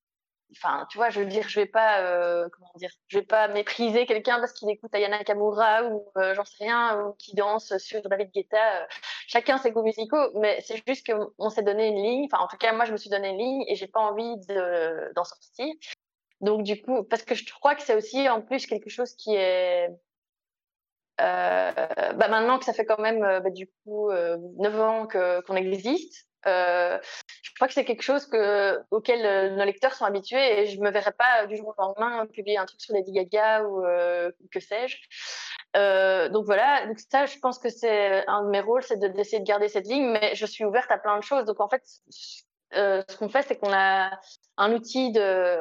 enfin, tu vois, je veux dire, je vais pas, euh, comment dire, je vais pas mépriser quelqu'un parce qu'il écoute Aya Nakamura ou euh, j'en sais rien, ou qui danse sur David Guetta. Euh, chacun ses goûts musicaux, mais c'est juste qu'on s'est donné une ligne. Enfin, en tout cas, moi, je me suis donné une ligne et j'ai pas envie de, d'en sortir. Donc, du coup, parce que je crois que c'est aussi en plus quelque chose qui est Euh, bah maintenant que ça fait quand même bah, du coup euh, neuf ans que, qu'on existe, euh, je crois que c'est quelque chose que, auquel euh, nos lecteurs sont habitués et je me verrais pas euh, du jour au lendemain publier un truc sur Lady Gaga ou euh, que sais-je. Euh, donc voilà, donc ça je pense que c'est un de mes rôles, c'est de, d'essayer de garder cette ligne, mais je suis ouverte à plein de choses. Donc en fait, euh, ce qu'on fait, c'est qu'on a un outil de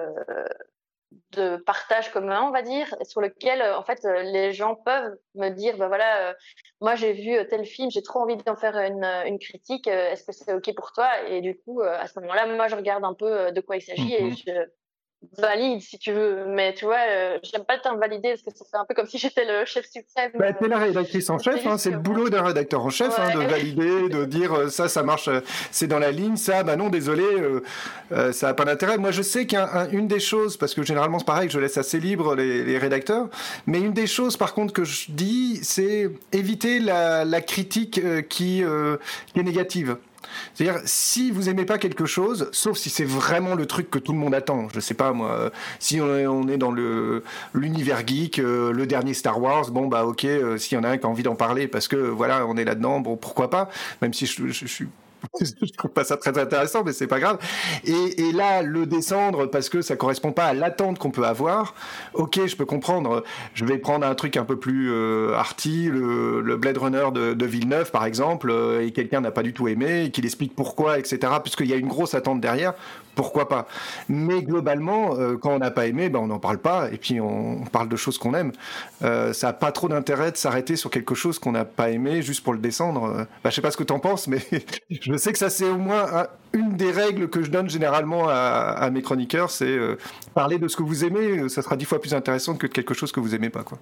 de partage commun, on va dire, sur lequel en fait les gens peuvent me dire bah voilà, euh, moi j'ai vu tel film, j'ai trop envie d'en faire une, une critique, euh, est-ce que c'est ok pour toi? Et du coup euh, à ce moment-là, moi je regarde un peu de quoi il s'agit
Mhm.
et je valide si tu veux, mais tu vois, euh, j'aime pas le terme valider parce que ça fait un peu comme si j'étais le chef suprême.
Bah, t'es la rédactrice en chef, hein, c'est le boulot d'un rédacteur en chef,
ouais.
hein, de valider, de dire euh, ça, ça marche, euh, c'est dans la ligne, ça, bah non, désolé, euh, euh, ça n'a pas d'intérêt. Moi, je sais qu'une des choses, parce que généralement c'est pareil, je laisse assez libre les, les rédacteurs, mais une des choses par contre que je dis, c'est éviter la, la critique euh, qui, euh, qui est négative. C'est-à-dire, si vous aimez pas quelque chose, sauf si c'est vraiment le truc que tout le monde attend, je sais pas moi, euh, si on est, on est dans le l'univers geek, euh, le dernier Star Wars, bon bah ok, euh, s'il y en a un qui a envie d'en parler parce que voilà, on est là-dedans, bon pourquoi pas, même si je, je, je suis je trouve pas ça très intéressant, mais c'est pas grave. Et, et là, le descendre parce que ça correspond pas à l'attente qu'on peut avoir, ok, je peux comprendre. Je vais prendre un truc un peu plus euh, arty, le, le Blade Runner de, de Villeneuve, par exemple, euh, et quelqu'un n'a pas du tout aimé, et qu'il explique pourquoi, et cetera, puisqu'il y a une grosse attente derrière, pourquoi pas. Mais globalement, euh, quand on n'a pas aimé, ben on n'en parle pas, et puis on, on parle de choses qu'on aime. Euh, ça n'a pas trop d'intérêt de s'arrêter sur quelque chose qu'on n'a pas aimé juste pour le descendre. Euh, ben, je sais pas ce que t'en penses, mais je sais que ça c'est au moins un, une des règles que je donne généralement à, à mes chroniqueurs, c'est euh, parler de ce que vous aimez, ça sera dix fois plus intéressant que de quelque chose que vous aimez pas, quoi.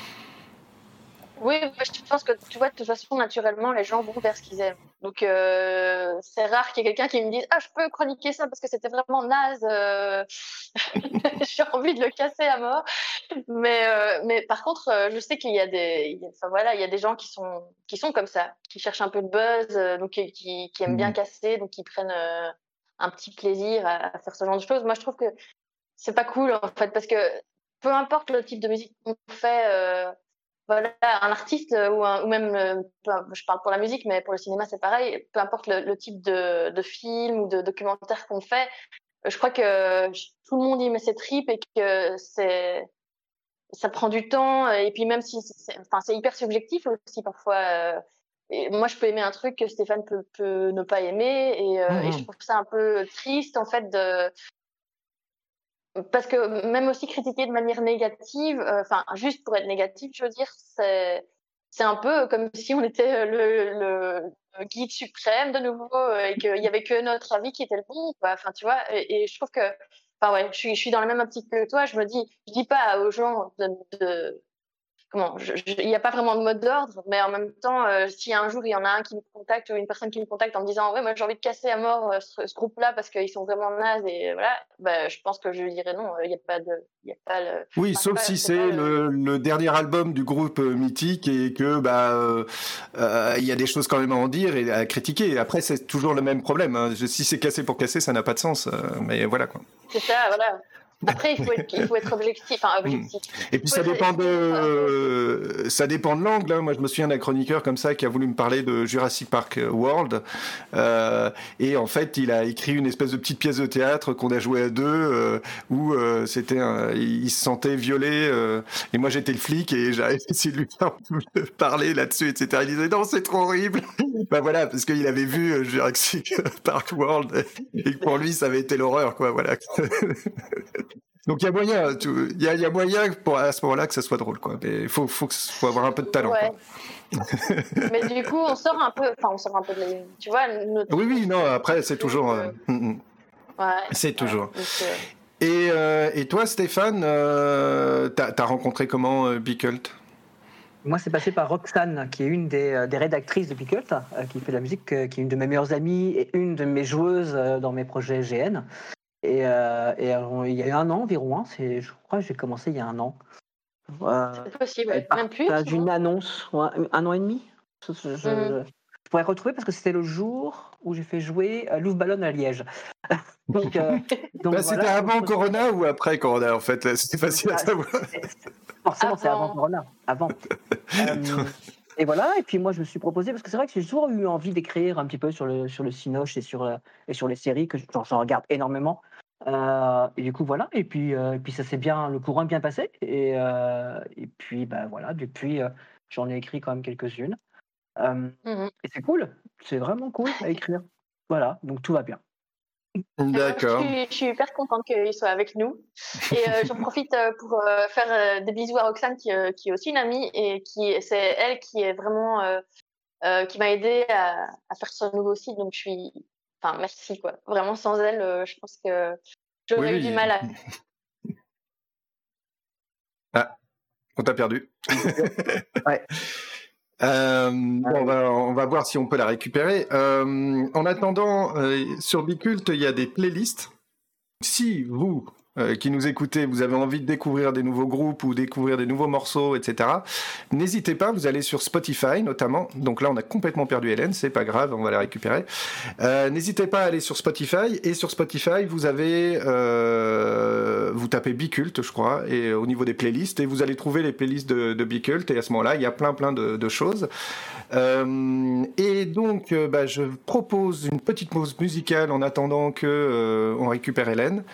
Oui, je pense que tu vois, de toute façon, naturellement, les gens vont vers ce qu'ils aiment. Donc, euh, c'est rare qu'il y ait quelqu'un qui me dise ah, je peux chroniquer ça parce que c'était vraiment naze. Euh... J'ai envie de le casser à mort. Mais, euh, mais par contre, euh, je sais qu'il y a des, enfin voilà, il y a des gens qui sont, qui sont comme ça, qui cherchent un peu de buzz, euh, donc qui, qui, qui aiment bien casser, donc qui prennent euh, un petit plaisir à, à faire ce genre de choses. Moi, je trouve que c'est pas cool en fait, parce que peu importe le type de musique qu'on fait. Euh, Voilà, un artiste ou, un, ou même, euh, je parle pour la musique, mais pour le cinéma c'est pareil, peu importe le, le type de, de film ou de documentaire qu'on fait, je crois que tout le monde y met ses tripes et que c'est, ça prend du temps, et puis même si c'est, enfin, c'est hyper subjectif aussi parfois. Euh, et moi je peux aimer un truc que Stéphane peut, peut ne pas aimer, et, euh, mmh. et je trouve ça un peu triste en fait de... Parce que même aussi critiquer de manière négative, enfin euh, juste pour être négatif, je veux dire, c'est c'est un peu comme si on était le, le, le guide suprême de nouveau et qu'il y avait que notre avis qui était le bon, quoi. Enfin tu vois, et, et je trouve que, enfin ouais, je suis je suis dans la même optique que toi. Je me dis, je dis pas aux gens de, de comment, il n'y a pas vraiment de mode d'ordre, mais en même temps, euh, si un jour il y en a un qui me contacte ou une personne qui me contacte en me disant ouais, moi j'ai envie de casser à mort euh, ce, ce groupe-là parce qu'ils sont vraiment nazes et voilà, bah, je pense que je lui dirais non, il n'y a pas de, il y a pas le.
Oui, enfin, sauf pas, si c'est, c'est le, le dernier album du groupe euh, mythique et que bah il euh, euh, y a des choses quand même à en dire et à critiquer. Après, c'est toujours le même problème. Hein. Si c'est cassé pour casser, ça n'a pas de sens. Euh, mais voilà quoi.
C'est ça, voilà. Après, il faut être, il faut être objectif. Enfin, objectif.
Et puis ça dépend de, euh, ça dépend de l'angle. Hein. Moi, je me souviens d'un chroniqueur comme ça qui a voulu me parler de Jurassic Park World, euh, et en fait, il a écrit une espèce de petite pièce de théâtre qu'on a joué à deux, euh, où euh, c'était, un, il se sentait violé, euh, et moi j'étais le flic et j'avais essayé de lui faire parler là-dessus, et cetera. Il disait non, c'est trop horrible. Ben voilà, parce qu'il avait vu Jurassic Park World et que pour lui, ça avait été l'horreur, quoi. Voilà. Donc il y a moyen, il y a, y a moyen pour à ce moment-là que ça soit drôle, quoi. Mais il faut, faut, faut avoir un peu de talent.
Ouais.
Quoi.
Mais du coup, on sort un peu, enfin, on sort un peu de la ligne. Tu vois. Notre...
Oui, oui, non. Après, c'est toujours. Euh,
ouais.
C'est toujours.
Ouais, donc, euh...
Et, euh, et toi, Stéphane, euh, t'as, t'as rencontré comment euh, Bicult ?
Moi, c'est passé par Roxane, qui est une des, des rédactrices de Bicult, euh, qui fait de la musique, euh, qui est une de mes meilleures amies et une de mes joueuses euh, dans mes projets G N. Et, euh, et euh, il y a un an environ, hein, c'est, je crois que j'ai commencé il y a un an. Euh,
C'est possible, ouais. Même plus.
Partage
souvent.
une annonce, ouais, un an et demi. Je, je- je-
Mhm.
je pourrais retrouver parce que c'était le jour où j'ai fait jouer euh, Louvre Ballon à Liège. donc, euh, donc
Bah,
voilà,
c'était avant
donc,
Corona ou après Corona en fait là, c'était facile à
Ah,
savoir.
c'est- c'est- Forcément, c'est avant
Avant.
Corona. Avant. Euh, et voilà, et puis moi je me suis proposé, parce que c'est vrai que j'ai toujours eu envie d'écrire un petit peu sur le, sur le Cinoche et sur, euh, et sur les séries, que j'en, j'en regarde énormément. Euh, et du coup, voilà, et puis, euh, et puis ça s'est bien, le courant est bien passé. Et, euh, et puis, bah, voilà, depuis, euh, j'en ai écrit quand même quelques-unes. Euh,
Mhm.
et c'est cool, c'est vraiment cool à écrire. Voilà, donc tout va bien.
Et moi,
D'accord.
Je suis, je suis hyper contente qu'il soit avec nous. Et euh, j'en profite euh, pour euh, faire euh, des bisous à Roxane, qui, euh, qui est aussi une amie, et qui c'est elle qui est vraiment euh, euh, qui m'a aidée à, à faire ce nouveau site. Donc je suis, enfin merci quoi. Vraiment sans elle, euh, je pense que j'aurais
Oui,
eu
oui.
du mal à.
Ah, on t'a perdu.
Ouais.
Euh, bon, on, va, on va voir si on peut la récupérer. Euh, en attendant, euh, sur Bicult, il y a des playlists. Si vous, euh, qui nous écoutez, vous avez envie de découvrir des nouveaux groupes ou découvrir des nouveaux morceaux, et cetera, n'hésitez pas, vous allez sur Spotify notamment. Donc là, on a complètement perdu Hélène, c'est pas grave, on va la récupérer. Euh, n'hésitez pas à aller sur Spotify. Et sur Spotify, vous avez... Euh, vous tapez Bicult, je crois, et au niveau des playlists, et vous allez trouver les playlists de, de Bicult. Et à ce moment-là, il y a plein, plein de, de choses. Euh, et donc, euh, bah, je propose une petite pause musicale en attendant que euh, on récupère Hélène.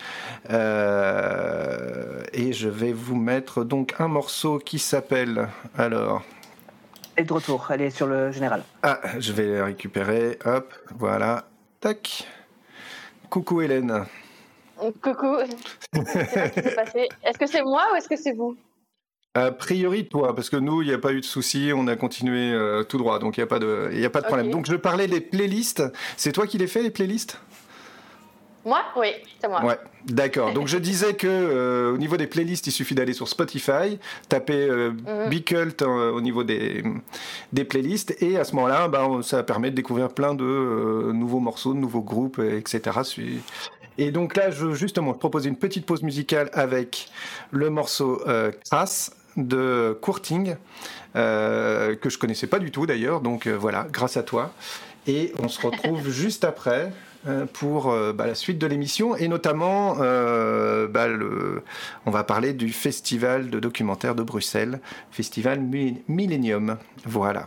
Euh, et je vais vous mettre donc un morceau qui s'appelle alors.
Elle est de retour, elle est sur le général.
Ah, je vais la récupérer. Hop, voilà. Tac. Coucou Hélène.
Coucou. Je sais pas ce qui s'est passé. Est-ce que c'est moi ou est-ce que c'est vous?
A priori, toi, parce que nous, il n'y a pas eu de souci, on a continué euh, tout droit, donc il n'y a pas de, il y a pas de problème.
Ok.
Donc je parlais des playlists. C'est toi qui les fais, les playlists ?
Moi? Oui, c'est moi.
Ouais, d'accord. Donc je disais que euh, au niveau des playlists, il suffit d'aller sur Spotify, taper euh,
Mhm.
Bicult euh, au niveau des, des playlists, et à ce moment-là, bah, ça permet de découvrir plein de euh, nouveaux morceaux, de nouveaux groupes, et cetera. Et donc là, je, justement, je propose une petite pause musicale avec le morceau euh, Crass de Courting, euh, que je connaissais pas du tout d'ailleurs, donc euh, voilà, grâce à toi. Et on se retrouve juste après euh, pour euh, bah, la suite de l'émission, et notamment, euh, bah, le, on va parler du Festival de documentaire de Bruxelles, Festival Mi- Millennium. Voilà.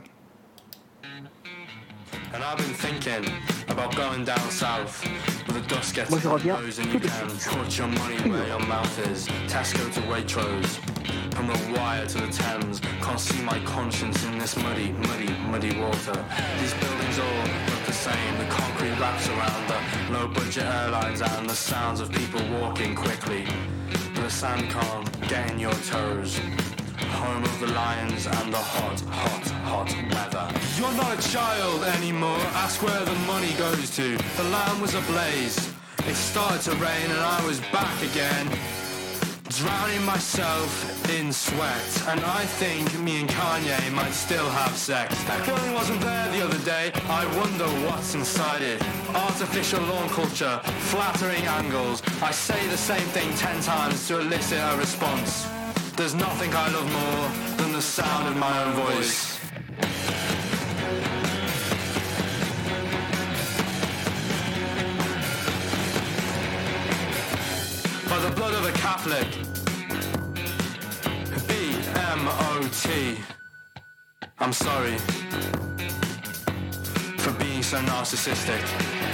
And I've been thinking about going down south where the dust gets
Moi, je reviens
lows and you
tout de
can
suite.
put your money where your mouth is. Tesco to Waitrose, from the Wire to the Thames. Can't see my conscience in this muddy, muddy, muddy water. These buildings all look the same. The concrete wraps around the low-budget airlines and the sounds of people walking quickly. But the sand can't get in your toes. Home of the lions and the hot, hot, hot weather. You're not a child anymore, ask where the money goes to. The land was ablaze, it started to rain and I was back again. Drowning myself in sweat, and I think me and Kanye might still have sex. That feeling wasn't there the other day, I wonder what's inside it. Artificial lawn culture, flattering angles. I say the same thing ten times to elicit a response. There's nothing I love more than the sound of my own voice. By the blood of a Catholic, B M O T. I'm sorry for being so narcissistic.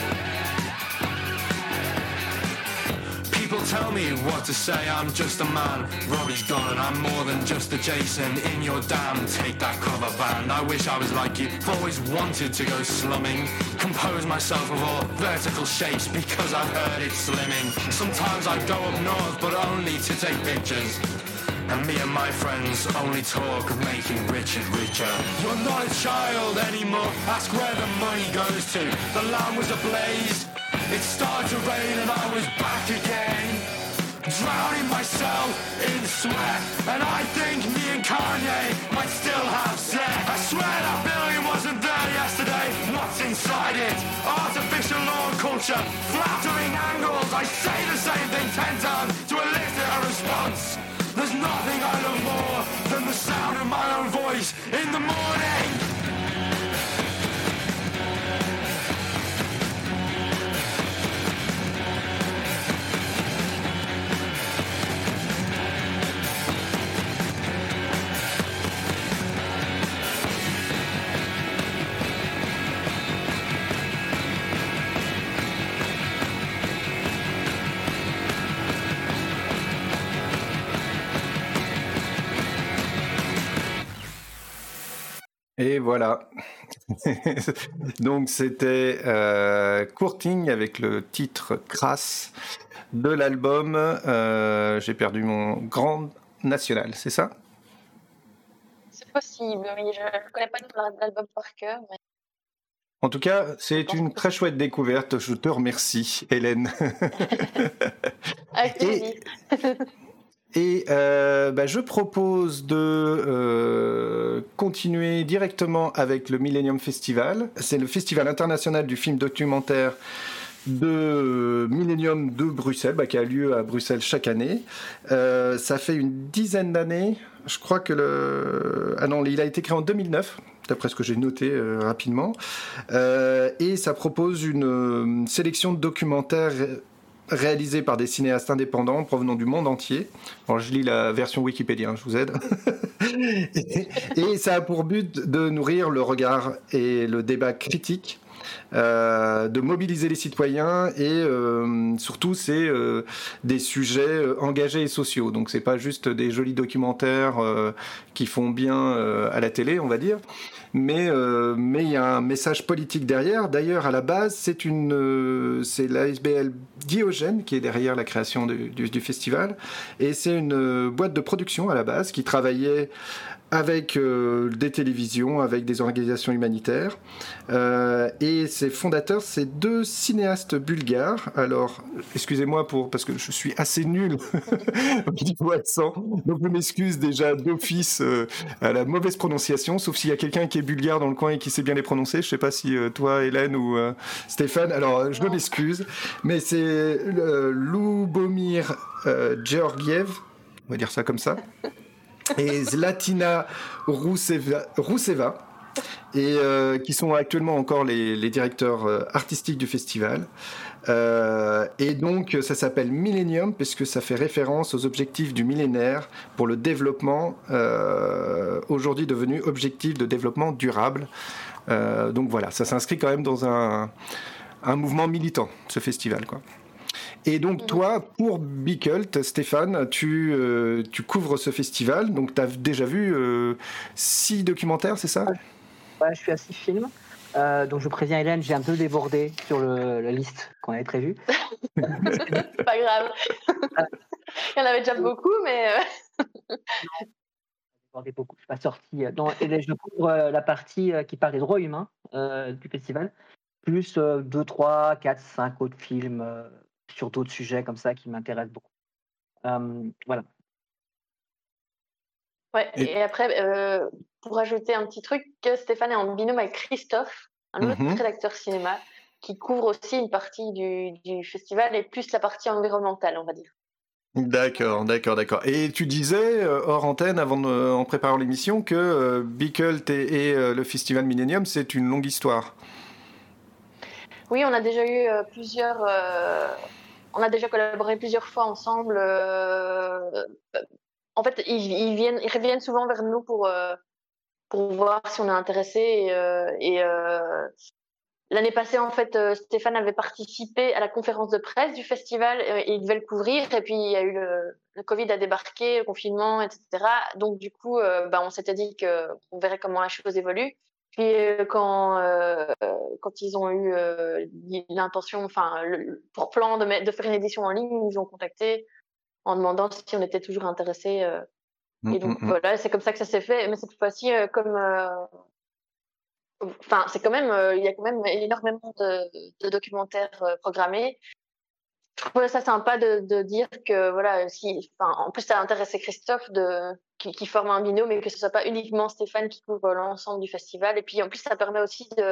People tell me what to say, I'm just a man. Robbie's gone and I'm more than just a Jason in your dam. Take that cover band, I wish I was like you. I've always wanted to go slumming. Compose myself of all vertical shapes because I've heard it's slimming. Sometimes I go up north but only to take pictures. And me and my friends only talk of making Richard richer. You're not a child anymore, ask where the money goes to. The land was ablaze, it started to rain and I was back again. Drowning myself in sweat, and I think me and Kanye might still have sex. I swear that feeling wasn't there yesterday, what's inside it? Artificial lawn culture. capture flattering angles. I say the same thing ten times to elicit a response. There's nothing I love more than the sound of my own voice in the morning.
Et voilà. Donc c'était euh, Courting avec le titre Crass de l'album euh, J'ai perdu mon Grand National, c'est ça?
C'est possible, oui, je ne connais pas l'album par cœur. Mais...
En tout cas, c'est une très chouette découverte. Je te remercie, Hélène.
Avec plaisir.
Et euh, bah, je propose de euh, continuer directement avec le Millennium Festival. C'est le festival international du film documentaire de Millennium de Bruxelles, bah, qui a lieu à Bruxelles chaque année. Euh, ça fait une dizaine d'années. Je crois que le... Ah non, il a été créé en deux mille neuf. D'après ce que j'ai noté euh, rapidement. Euh, et ça propose une, une sélection de documentaires réalisé par des cinéastes indépendants provenant du monde entier. Alors, je lis la version Wikipédia, hein, je vous aide. et, et ça a pour but de nourrir le regard et le débat critique, euh, de mobiliser les citoyens et euh, surtout c'est euh, des sujets engagés et sociaux. Donc c'est pas juste des jolis documentaires euh, qui font bien euh, à la télé, on va dire. Mais euh, mais il y a un message politique derrière. D'ailleurs, à la base, c'est une euh, c'est l'A S B L Diogène qui est derrière la création du, du, du festival, et c'est une euh, boîte de production à la base qui travaillait avec euh, des télévisions, avec des organisations humanitaires. Euh, et ses fondateurs, c'est deux cinéastes bulgares. Alors, excusez-moi pour parce que je suis assez nul au niveau accent, donc je m'excuse déjà d'office euh, à la mauvaise prononciation, sauf s'il y a quelqu'un qui est bulgare dans le coin et qui sait bien les prononcer. Je sais pas si euh, toi, Hélène ou euh, Stéphane. Alors, je m'excuse, mais c'est euh, Lubomir euh, Georgiev, on va dire ça comme ça. Et Zlatina Rousseva, Rousseva et euh, qui sont actuellement encore les, les directeurs euh, artistiques du festival. Euh, et donc, ça s'appelle Millennium puisque ça fait référence aux objectifs du millénaire pour le développement, euh, aujourd'hui devenu objectif de développement durable. Euh, donc voilà, ça s'inscrit quand même dans un, un mouvement militant, ce festival, quoi. Et donc toi, pour Bicult, Stéphane, tu, euh, tu couvres ce festival, donc tu as déjà vu euh, six documentaires, c'est ça ?
Ouais, je suis à six films. Euh, donc je préviens Hélène, j'ai un peu débordé sur le, la liste qu'on avait prévue.
C'est pas grave. Il y en avait déjà beaucoup, mais... Euh...
débordé beaucoup, je suis pas sorti. Donc, je couvre la partie qui parle des droits humains euh, du festival, plus euh, deux, trois, quatre, cinq autres films... Euh, sur d'autres sujets comme ça qui m'intéressent beaucoup. Euh, voilà.
Ouais, et, et après, euh, pour ajouter un petit truc, Stéphane est en binôme avec Christophe, un autre mm-hmm. rédacteur cinéma, qui couvre aussi une partie du, du festival et plus la partie environnementale, on va dire.
D'accord, d'accord, d'accord. Et tu disais, euh, hors antenne, avant de, en préparant l'émission, que euh, Bicult et, et euh, le festival Millennium, c'est une longue histoire.
Oui, on a déjà eu euh, plusieurs... Euh... On a déjà collaboré plusieurs fois ensemble. Euh... En fait, ils, ils, viennent, ils reviennent souvent vers nous pour, euh, pour voir si on est intéressé. Et, euh, et euh... l'année passée, en fait, euh, Stéphane avait participé à la conférence de presse du festival et il devait le couvrir. Et puis, il y a eu le, le Covid a débarqué, le confinement, et cetera. Donc, du coup, euh, bah, on s'était dit qu'on verrait comment la chose évolue. Puis euh, quand euh, quand ils ont eu euh, l'intention, enfin le, pour plan de, mettre, de faire une édition en ligne, ils nous ont contactés en demandant si on était toujours intéressés. Euh, mmh, et donc mmh. voilà, c'est comme ça que ça s'est fait. Mais cette fois-ci, euh, comme, enfin, euh, c'est quand même, euh, il y a quand même énormément de, de documentaires euh, programmés. Je trouvais ça sympa de, de dire que voilà, si, enfin, en plus ça a intéressé Christophe de qui, qui forme un binôme, mais que ce soit pas uniquement Stéphane qui couvre l'ensemble du festival. Et puis en plus ça permet aussi de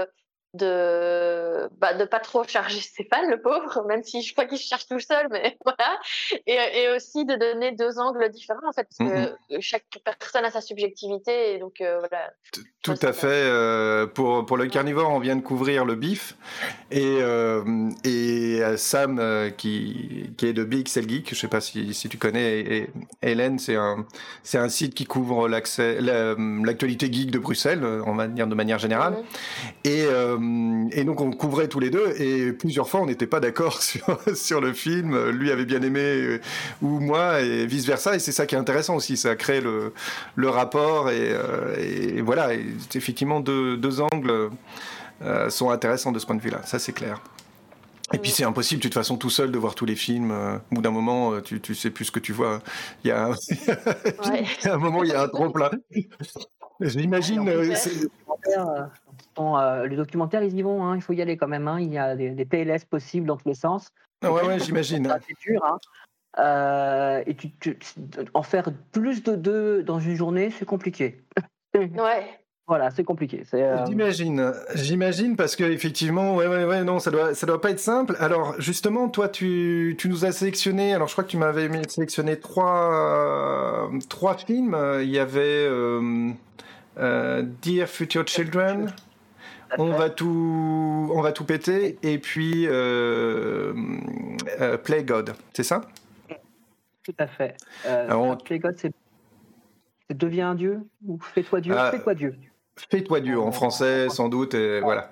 de bah, de pas trop charger Stéphane, le pauvre, même si je crois qu'il se charge tout seul, mais voilà. Et, et aussi de donner deux angles différents, en fait, parce
Mhm.
que chaque personne a sa subjectivité, et donc euh, voilà.
T-
Je
Tout
trouve ça
à fait. euh, pour, pour l'œil carnivore, on vient de couvrir le bif. Et, euh, et euh, Sam, euh, qui, qui est de B X L Geek, je sais pas si, si tu connais, et, et Hélène, c'est un, c'est un site qui couvre l'accès, la- l'actualité geek de Bruxelles, on va dire de manière générale.
Mhm.
Et, euh, et donc on couvrait tous les deux, et plusieurs fois on n'était pas d'accord sur, sur le film. Lui avait bien aimé, euh, ou moi, et vice versa. Et c'est ça qui est intéressant aussi, ça crée le, le rapport. Et, euh, et voilà, et effectivement deux, deux angles euh, sont intéressants de ce point de vue-là, ça c'est clair. Et puis
Mhm.
c'est impossible, de toute façon, tout seul de voir tous les films. Euh, au bout d'un moment, euh, tu, tu sais plus ce que tu vois. Il y a un,
Ouais.
il y a un moment, il y a un trop plein.
Et
J'imagine.
en plus,
euh,
les
c'est-
documentaires, euh, sont, euh, les documentaires, ils y vont, hein, il faut y aller quand même. Hein, il y a des, des P L S possibles dans tous les sens.
Ah ouais, ouais, j'imagine.
C'est dur. Hein. Euh, et tu, tu- en faire plus de deux dans une journée, c'est compliqué.
Ouais.
Voilà, c'est compliqué. C'est, euh,
J'imagine, j'imagine parce que effectivement, ouais, ouais, ouais, non, ça doit, ça doit pas être simple. Alors justement, toi, tu, tu nous as sélectionné. Alors je crois que tu m'avais mis- sélectionné trois, euh, trois films. Euh, Il y avait euh, euh, Dear Future Children. On va tout, on va tout péter. Et puis euh, euh, Play God, c'est ça?
Tout à fait. Euh,
Alors, on-
Play God, c'est, c'est deviens un dieu ou fais-toi Dieu.
Ah,
Fais-toi Dieu.
Fais-toi Dieu en français, sans doute. Et voilà.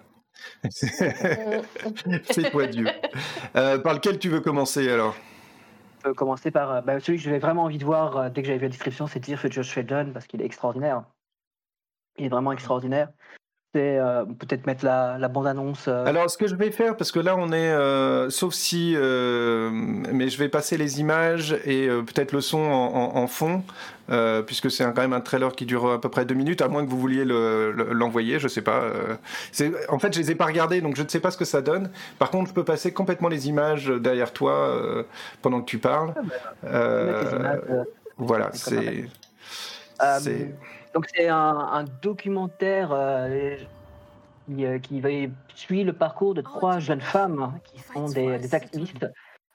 Mhm.
Fais-toi Dieu. Euh, par lequel tu veux commencer alors?
Je peux commencer par euh, bah, celui que j'avais vraiment envie de voir euh, dès que j'avais vu la description, c'est Dear Future Children parce qu'il est extraordinaire. Il est vraiment extraordinaire. C'est euh, peut-être mettre la, la bande-annonce. euh,
Alors, ce que je vais faire, parce que là, on est, euh, sauf si, euh, mais je vais passer les images et euh, peut-être le son en, en- en fond, euh, puisque c'est un- quand même un trailer qui dure à peu près deux minutes, à moins que vous vouliez le- le- l'envoyer, je sais pas. euh. C'est, en fait, je les ai pas regardés, donc je ne sais pas ce que ça donne. Par contre, je peux passer complètement les images derrière toi euh, pendant que tu parles.
on peut mettre les
Euh,
images, euh,
voilà,
c'est comme
c'est,
Euh,
c'est,
donc c'est un, un documentaire euh, qui, euh, qui va suivre le parcours de trois jeunes femmes qui sont des, des activistes.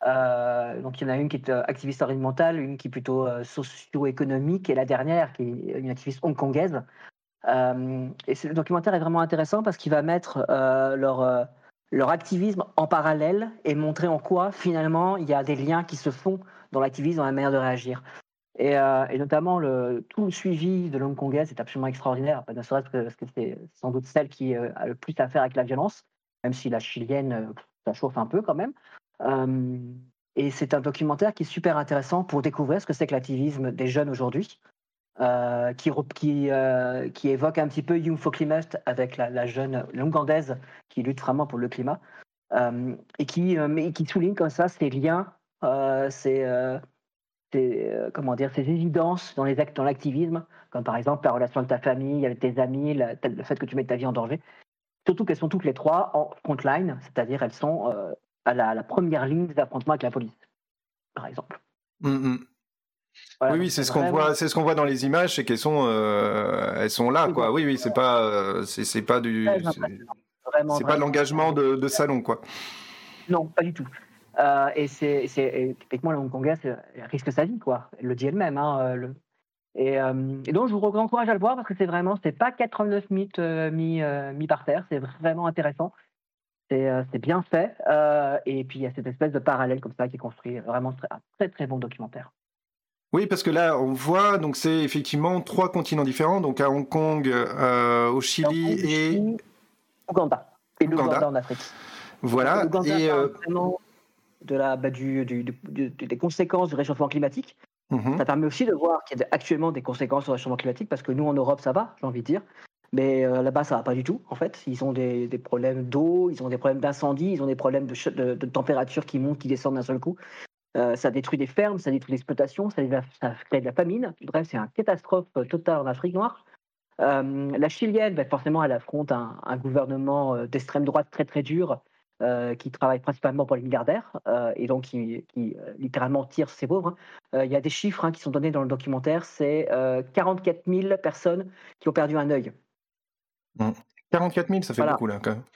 Euh, donc il y en a une qui est euh, activiste environnementale, une qui est plutôt euh, socio-économique et la dernière qui est une activiste hongkongaise. Euh, et ce documentaire est vraiment intéressant parce qu'il va mettre euh, leur, euh, leur activisme en parallèle et montrer en quoi finalement il y a des liens qui se font dans l'activisme, dans la manière de réagir. Et, euh, et notamment, le, tout le suivi de l'hongkongaise est absolument extraordinaire, ne serait-ce que parce que c'est sans doute celle qui euh, a le plus à faire avec la violence, même si la chilienne, euh, ça chauffe un peu quand même. Euh, et c'est un documentaire qui est super intéressant pour découvrir ce que c'est que l'activisme des jeunes aujourd'hui, euh, qui, re- qui, euh, qui évoque un petit peu Young for Climate avec la, la jeune longandaise qui lutte vraiment pour le climat, euh, et qui, euh, mais qui souligne comme ça ces liens, euh, ces... euh, ces, euh, comment dire, ces évidences dans les actes, dans l'activisme, comme par exemple la relation de ta famille avec tes amis, la- le fait que tu mettes ta vie en danger. Surtout qu'elles sont toutes les trois en frontline, c'est-à-dire elles sont euh, à la, la première ligne des affrontements avec la police, par exemple.
Mm, mm.
Voilà,
Oui,
donc
oui, c'est ce qu'on
vraiment-
voit, c'est ce qu'on voit dans les images, c'est qu'elles sont, euh, elles sont là, quoi. Oui, oui, c'est pas, euh, c'est, c'est pas du,
Très
c'est,
impressionnant. Vraiment,
c'est pas de
vraiment.
l'engagement de, de salon, quoi.
Non, pas du tout. Euh, et c'est, c'est et typiquement la hongkongaise, elle risque sa vie, quoi. Elle le dit elle-même. Hein, euh, le... et, euh, et donc je vous encourage à le voir parce que c'est vraiment, c'est pas quatre-vingt-neuf mythes euh, mis, euh, mis par terre, c'est vraiment intéressant. C'est, euh, c'est bien fait. Euh, et puis il y a cette espèce de parallèle comme ça qui est construit. Vraiment très- un très très bon documentaire.
Oui, parce que là, on voit, donc c'est effectivement trois continents différents, donc à Hong Kong, euh, au Chili
Donc,
et
Chili, Ouganda. Et
Ouganda.
l'Ouganda en Afrique.
voilà.
L'Ouganda
Et
parle
euh,
vraiment de la, bah, du, du- du- du- des conséquences du réchauffement climatique.
mhm.
Ça permet aussi de voir qu'il y a actuellement des conséquences du réchauffement climatique, parce que nous, en Europe, ça va, j'ai envie de dire. Mais euh, là-bas, ça va pas du tout, en fait. Ils ont des, des problèmes d'eau, ils ont des problèmes d'incendie, ils ont des problèmes de, ch- de, de température qui montent, qui descendent d'un seul coup. Euh, ça détruit des fermes, ça détruit l'exploitation, ça, ça crée de la famine. Bref, c'est une catastrophe totale en Afrique noire. Euh, la chilienne, ben, forcément, elle affronte un, un gouvernement euh, d'extrême droite très très dur, euh, qui travaille principalement pour les milliardaires, euh, et donc qui, qui, euh, littéralement tire sur ses pauvres. Il hein. euh, y a des chiffres hein, qui sont donnés dans le documentaire, c'est euh, quarante-quatre mille personnes qui ont perdu un œil.
quarante-quatre mille, ça fait
Voilà.
beaucoup là, quand même.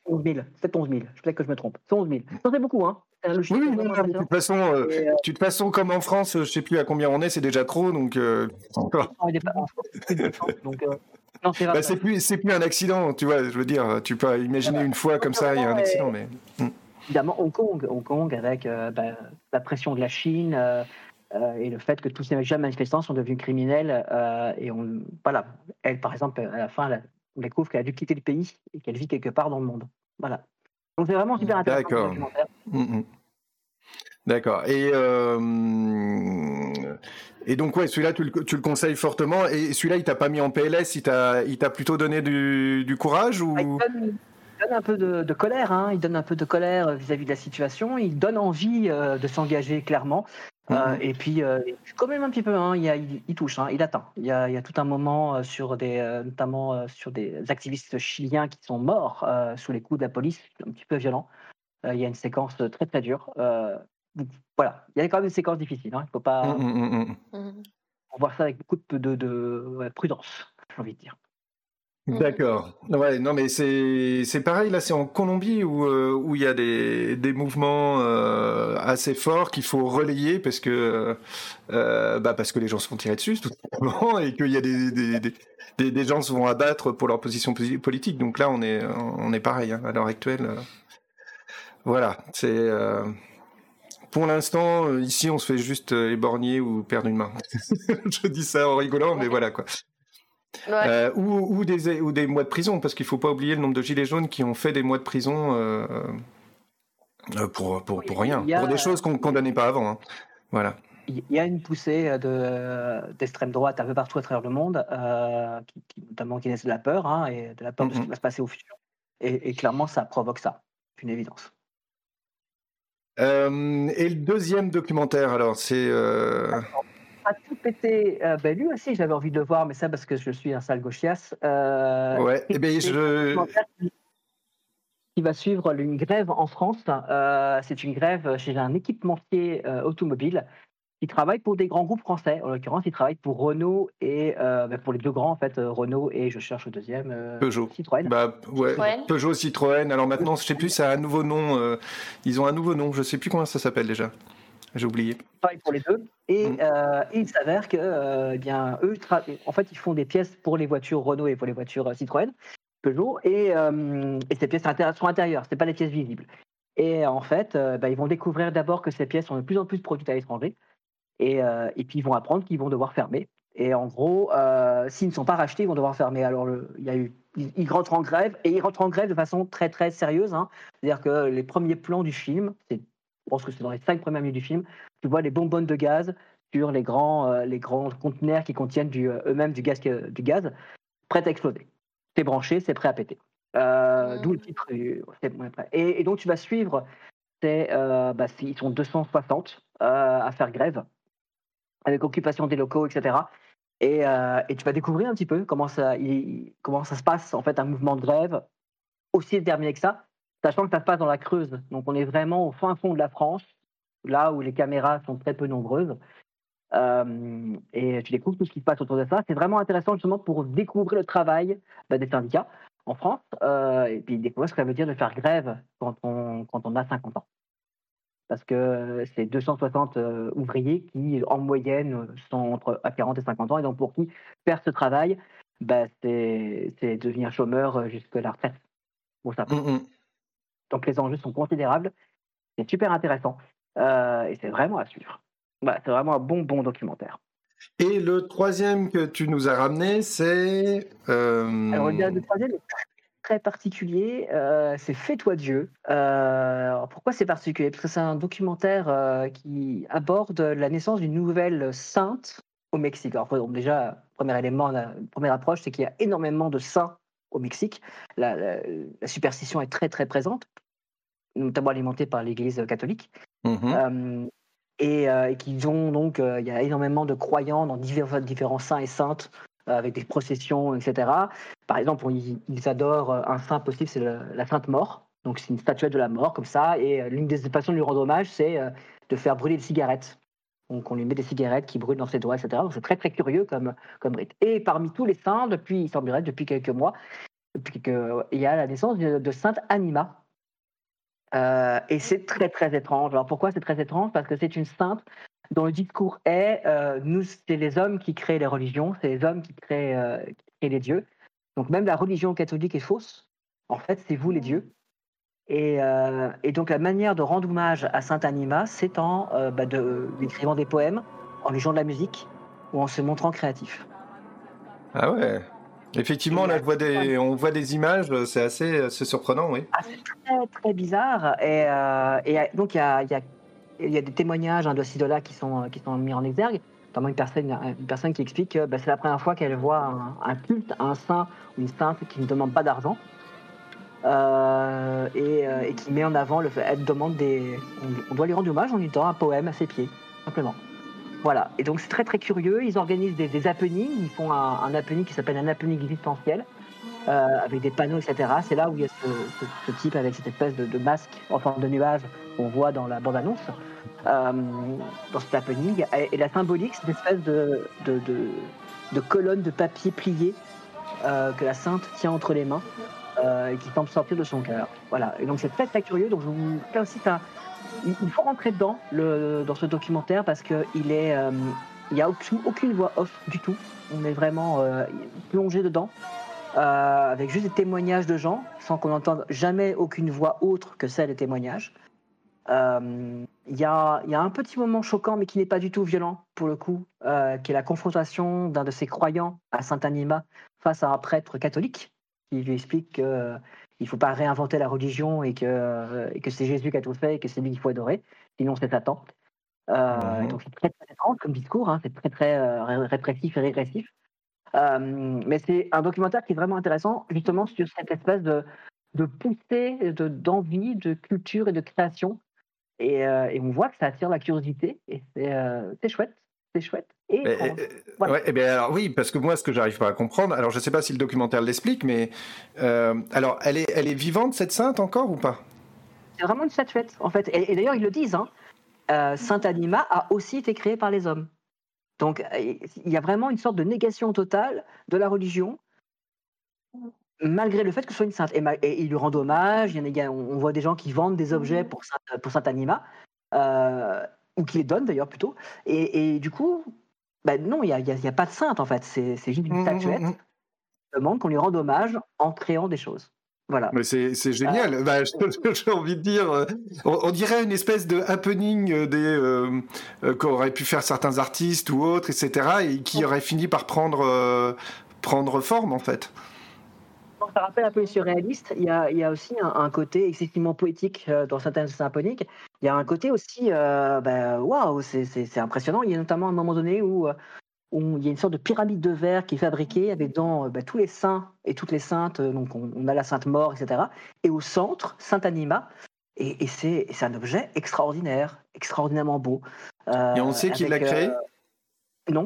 onze mille, peut-être onze mille, peut-être que je me trompe. C'est onze mille. Ça, c'est beaucoup, hein. C'est un
Oui,
chiffre
oui, non,
vraiment
non, mais de
impressionnant.
toute façon, euh,
Et, euh,
de toute façon, comme en France, je sais plus à combien on est, c'est déjà trop, donc. euh, encore.
il est pas- en France, c'est plus de deux cents, donc, euh, non, c'est
Bah,
vrai.
c'est plus, c'est plus un accident, tu vois. Je veux dire, tu peux imaginer une fois comme ça, il y a un accident, mais. Mm.
Évidemment, Hong Kong, Hong Kong avec euh, bah, la pression de la Chine euh, euh, et le fait que tous ces jeunes manifestants sont devenus criminels. euh, et on, voilà, elle, par exemple, à la fin, elle- on découvre qu'elle a dû quitter le pays et qu'elle vit quelque part dans le monde. Voilà. Donc c'est vraiment super intéressant ce
D'accord.
documentaire.
Mm, mm. D'accord. Et, euh, et donc, ouais, celui-là, tu le, tu le conseilles fortement. Et celui-là, il t'a pas mis en P L S, il t'a, il t'a plutôt donné du, du courage ou...
Ah, il, donne, il donne un peu de, de colère, hein. Il donne un peu de colère vis-à-vis de la situation. Il donne envie euh, de s'engager clairement. Euh,
Mhm.
et puis, euh, quand même un petit peu, hein, il, y a- il, il touche, hein, il atteint. Il y a, il y a tout un moment euh, sur des, euh, notamment euh, sur des activistes chiliens qui sont morts euh, sous les coups de la police, un petit peu violent. Euh, il y a une séquence très très dure. Euh, donc, voilà, il y a quand même une séquence difficile. Hein. Il faut pas
Mm, mm, mm, mm.
Mhm.
faut voir ça avec beaucoup de, de, de ouais, prudence, j'ai envie de dire.
Mhm.
D'accord. Ouais, non, mais c'est c'est pareil. Là, c'est en Colombie où euh, où il y a des des mouvements euh, assez forts qu'il faut relayer parce que euh, bah parce que les gens se font tirer dessus tout simplement et qu'il y a des des, des des des gens se vont abattre pour leur position posi- politique. Donc là, on est on est pareil hein, à l'heure actuelle. euh. Voilà, c'est euh, pour l'instant euh, ici, on se fait juste euh, éborgner ou perdre une main. Je dis ça en rigolant, mais voilà quoi.
Ouais.
Euh, ou, ou, des, ou des mois de prison, parce qu'il ne faut pas oublier le nombre de gilets jaunes qui ont fait des mois de prison euh, euh, pour, pour, pour rien,
Il y a-
pour des choses qu'on ne condamnait pas avant. Hein. Voilà.
Il y a une poussée de, d'extrême droite un peu partout à travers le monde, euh, qui, qui- notamment qui naissent de la peur, hein, et de la peur de ce qui
Mhm.
va se passer au futur. Et, et clairement, ça provoque ça. C'est une évidence.
Euh, et le deuxième documentaire, alors, c'est... Euh...
A tout pété. Euh, ben lui aussi, j'avais envie de le voir, mais ça parce que je suis un sale gauchias. Euh,
Ouais, eh ben,
c'est un
je...
documentaire qui, qui va suivre une grève en France. Euh, c'est une grève chez un équipementier euh, automobile qui travaille pour des grands groupes français. En l'occurrence, il travaille pour Renault et euh, ben, pour les deux grands, en fait, euh, Renault et je cherche le deuxième, euh,
Peugeot.
Citroën.
Bah, ouais.
Citroën.
Peugeot, Citroën. Alors maintenant, je sais plus, ça a un nouveau nom. euh, Ils ont un nouveau nom. Je sais plus comment ça s'appelle déjà. J'ai oublié.
Ils travaillent pour les deux. Et,
Mm.
euh, et il s'avère que, euh, eh bien, eux, tra- en fait, ils font des pièces pour les voitures Renault et pour les voitures euh, Citroën, Peugeot, et, euh, et ces pièces intér- sont intérieures, c'est pas des pièces visibles. Et en fait, euh, bah, ils vont découvrir d'abord que ces pièces sont de plus en plus produites à l'étranger, et, euh, et puis ils vont apprendre qu'ils vont devoir fermer. Et en gros, euh, s'ils ne sont pas rachetés, ils vont devoir fermer. Alors, le- il y a eu, ils, ils rentrent en grève, et ils rentrent en grève de façon très très sérieuse. Hein. C'est-à-dire que les premiers plans du film, c'est, je pense que c'est dans les cinq premières minutes du film, tu vois les bonbonnes de gaz sur les grands, euh, les grands conteneurs qui contiennent du, euh, eux-mêmes du gaz, que- du gaz, prêt à exploser. C'est branché, c'est prêt à péter. Euh,
Mhm.
D'où le titre. euh, c'est bon, prêt. Et, et donc tu vas suivre, c'est, euh, bah, c'est- ils sont deux cent soixante euh, à faire grève, avec occupation des locaux, et cetera. Et, euh, et tu vas découvrir un petit peu comment ça, il- comment ça se passe, en fait, un mouvement de grève aussi déterminé que ça, sachant que ça se passe dans la Creuse. Donc on est vraiment au fin fond de la France, là où les caméras sont très peu nombreuses. Euh, et tu découvres tout ce qui se passe autour de ça. C'est vraiment intéressant justement pour découvrir le travail bah, des syndicats en France euh, et puis découvrir ce que ça veut dire de faire grève quand on, quand on a cinquante ans. Parce que c'est deux cent soixante euh, ouvriers qui, en moyenne, sont entre à quarante et cinquante ans. Et donc, pour qui faire ce travail, bah, c'est, c'est devenir chômeur jusqu'à la retraite. Bon, ça.
Mm, mm.
Donc, les enjeux sont considérables. C'est super intéressant. Euh, et c'est vraiment à suivre. Bah, c'est vraiment un bon, bon documentaire.
Et le troisième que tu nous as ramené, c'est... euh,
Alors, le, le troisième est très particulier, euh, c'est Fais-toi Dieu. Euh, alors pourquoi c'est particulier? Parce que c'est un documentaire euh, qui aborde la naissance d'une nouvelle sainte au Mexique. Alors donc déjà, premier élément, la première approche, c'est qu'il y a énormément de saints au Mexique. La, la, la superstition est très très présente, notamment alimentée par l'Église catholique.
mhm.
Euh, et, euh, et qu'ils ont donc, euh, il y a énormément de croyants dans divers, différents saints et saintes, euh, avec des processions, et cetera. Par exemple, ils, ils adorent euh, un saint possible, c'est le- la Sainte Mort. Donc c'est une statuette de la mort comme ça. Et euh, l'une des façons de lui rendre hommage, c'est euh, de faire brûler des cigarettes. Donc on lui met des cigarettes qui brûlent dans ses doigts, et cetera. Donc c'est très très curieux comme, comme rite. Et parmi tous les saints, depuis, il semblerait, depuis quelques mois, puis que- il y a la naissance de, de Sainte Anima. Euh, et c'est très très étrange. Alors pourquoi c'est très étrange? Parce que c'est une sainte dont le discours est euh, nous, c'est les hommes qui créent les religions, c'est les hommes qui créent, euh, qui créent les dieux. Donc même la religion catholique est fausse. En fait, c'est vous les dieux. Et, euh, et donc la manière de rendre hommage à Sainte Anima, c'est en euh, bah, de, en écrivant des poèmes, en lui jouant de la musique ou en se montrant créatif.
Ah ouais. Effectivement,
Et,
là,
euh,
je vois des, on voit des images, c'est assez, assez surprenant, oui.
Ah, c'est très très bizarre. Et, euh, et euh, donc il y a, il y, a, il y a des témoignages hein, de ces deux-là qui sont, qui sont mis en exergue. Notamment une personne, une personne qui explique que bah, c'est la première fois qu'elle voit un, un culte, un saint ou une sainte qui ne demande pas d'argent. Euh, et, euh, et qui met en avant le fait elle demande des on, on doit lui rendre hommage en lui donnant un poème à ses pieds simplement, voilà. Et donc c'est très très curieux, ils organisent des, des happenings, ils font un, un happening qui s'appelle un happening existentiel euh, avec des panneaux, etc. C'est là où il y a ce, ce, ce type avec cette espèce de, de masque en forme de nuage qu'on voit dans la bande-annonce euh, dans cet happening, et, et la symbolique c'est une espèce de, de, de, de colonne de papier pliée euh, que la sainte tient entre les mains Euh, et qui semble sortir de son cœur. Voilà. Et donc c'est très très curieux. Donc je vous là aussi ça, il, il faut rentrer dedans le, dans ce documentaire parce que il est, euh, il y a aucune, aucune voix off du tout. On est vraiment euh, plongé dedans euh, avec juste des témoignages de gens sans qu'on n'entende jamais aucune voix autre que celle des témoignages. Euh, Il y a, il y a un petit moment choquant mais qui n'est pas du tout violent pour le coup, euh, qui est la confrontation d'un de ses croyants à Sainte Anima face à un prêtre catholique. Il lui explique qu'il ne faut pas réinventer la religion et que, euh, et que c'est Jésus qui a tout fait et que c'est lui qu'il faut adorer, sinon c'est Satan. Euh,
Mhm.
Donc c'est très très étrange comme discours, hein, c'est très très euh, ré- répressif et régressif. Euh, mais c'est un documentaire qui est vraiment intéressant justement sur cette espèce de, de poussée de, d'envie, de culture et de création. Et, euh, et on voit que ça attire la curiosité et c'est, euh, c'est chouette, c'est chouette et
Mais,
étrange.
euh,
Voilà.
ouais, eh bien, alors oui, parce que moi, ce que j'arrive pas à comprendre, alors je sais pas si le documentaire l'explique, mais euh, alors elle est, elle est vivante cette sainte encore ou pas?
C'est vraiment une statuette, en fait. Et, et d'ailleurs, ils le disent, hein. Euh, Sainte Anima a aussi été créée par les hommes. Donc, euh, il y a vraiment une sorte de négation totale de la religion, malgré le fait que ce soit une sainte. Et, ma- et ils lui rendent hommage. Il y en a, il y a- on voit des gens qui vendent des objets pour Sainte, pour Sainte Anima, euh, ou qui les donnent d'ailleurs plutôt. Et, et du coup, bah non, il n'y a, il y a- il y a pas de sainte, en fait. C'est, c'est juste une
Mhm,
statuette
mhm.
qui demande qu'on lui rende hommage en créant des choses. Voilà.
Mais c'est, c'est génial. Bah, je- j'ai envie de dire, euh, on, on dirait une espèce de happening euh, des euh, euh, qu'auraient pu faire certains artistes ou autres, et cetera, et qui aurait fini par prendre euh, prendre forme en fait.
Donc, ça rappelle un peu les surréalistes. Il y a, il y a aussi un, un côté excessivement poétique euh, dans certaines symphoniques. Il y a un côté aussi, euh, ben, waouh, c'est, c'est, c'est impressionnant. Il y a notamment un moment donné où, euh, où il y a une sorte de pyramide de verre qui est fabriquée avec dedans euh, ben, tous les saints et toutes les saintes. euh, Donc on, on a la Sainte Mort, et cetera. Et au centre, Sainte Anima. Et, et c'est, et c'est un objet extraordinaire, extraordinairement beau. Euh,
Et on sait qui l'a
avec,
créé.
euh, non,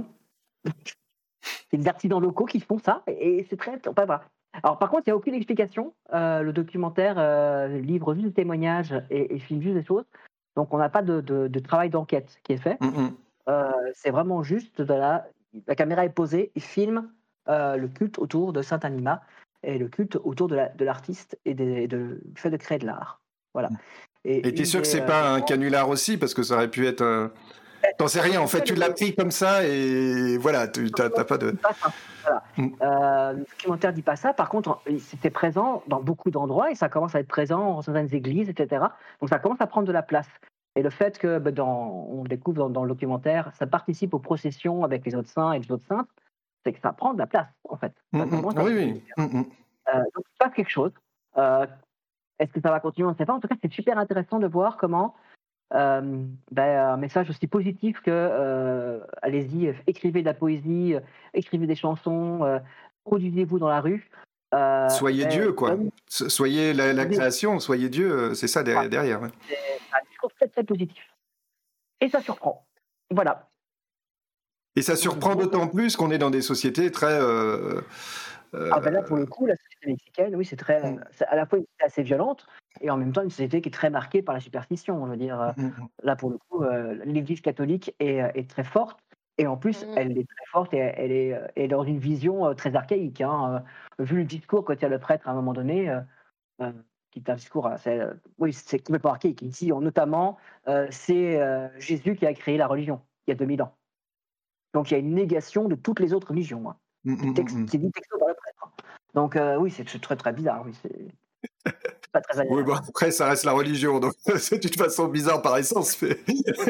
c'est des artisans locaux qui font ça, et c'est très. Enfin, voilà. Alors, par contre, il n'y a aucune explication. Euh, le documentaire euh, livre juste des témoignages et, et filme juste des choses. Donc, on n'a pas de, de- de travail d'enquête qui est fait.
Mhm.
Euh, c'est vraiment juste de la. La caméra est posée, il filme euh, le culte autour de Sainte Anima et le culte autour de, la- de l'artiste et des- de- du fait de créer de l'art. Voilà.
Et t'es
une
sûr que
des,
c'est
euh,
pas un
des-
canular aussi, parce que ça aurait pu être. un- T'en sais rien, en fait, tu l'as pris comme ça et voilà, tu t'as, t'as pas de.
Pas ça. Voilà.
Mm.
Euh, le documentaire dit pas ça. Par contre, c'était présent dans beaucoup d'endroits et ça commence à être présent dans certaines églises, et cetera. Donc ça commence à prendre de la place. Et le fait que, ben, dans, on le découvre dans, dans le documentaire, ça participe aux processions avec les autres saints et les autres saintes, c'est que ça prend de la place, en fait. Ça
Mhm.
commence à-
Oui, oui. Mhm.
Euh, donc il se passe quelque chose. Euh, Est-ce que ça va continuer? On ne sait pas. En tout cas, c'est super intéressant de voir comment euh, ben, un message aussi positif que euh, allez-y, euh, écrivez de la poésie, euh, écrivez des chansons, euh, produisez-vous dans la rue. Euh,
Soyez
ben,
Dieu, quoi.
donne-
So- Soyez la, la
Dieu.
création, soyez Dieu, euh, c'est ça derrière.
Ouais.
derrière ouais.
C'est un discours très très positif. Et ça surprend. Voilà.
Et ça surprend d'autant plus qu'on est dans des sociétés très. euh, euh,
Ah ben là, pour le coup, la société mexicaine, oui, c'est très,
Mm.
c'est à la fois une société assez violente et en même temps une société qui est très marquée par la superstition. Je veux dire, euh,
Mhm.
là pour le coup, euh, l'Église catholique est, est très forte Et en plus,
Mhm.
elle est très forte et elle est, euh, elle est dans une vision euh, très archaïque. Hein. Euh, vu le discours que tient le prêtre à un moment donné, euh, euh, qui est un discours assez, euh, oui, c'est complètement archaïque. Il dit euh, notamment, euh, c'est euh, Jésus qui a créé la religion il y a deux mille ans. Donc il y a une négation de toutes les autres religions. Hein.
Mm,
C'est
mm,
texte-
mm.
c'est dit texto par le prêtre. Hein. Donc euh, oui, c'est c'est très très bizarre. Oui, c'est c'est pas très
Oui,
agréable.
bon, après, ça reste la religion, donc c'est de toute façon bizarre par essence. Mais...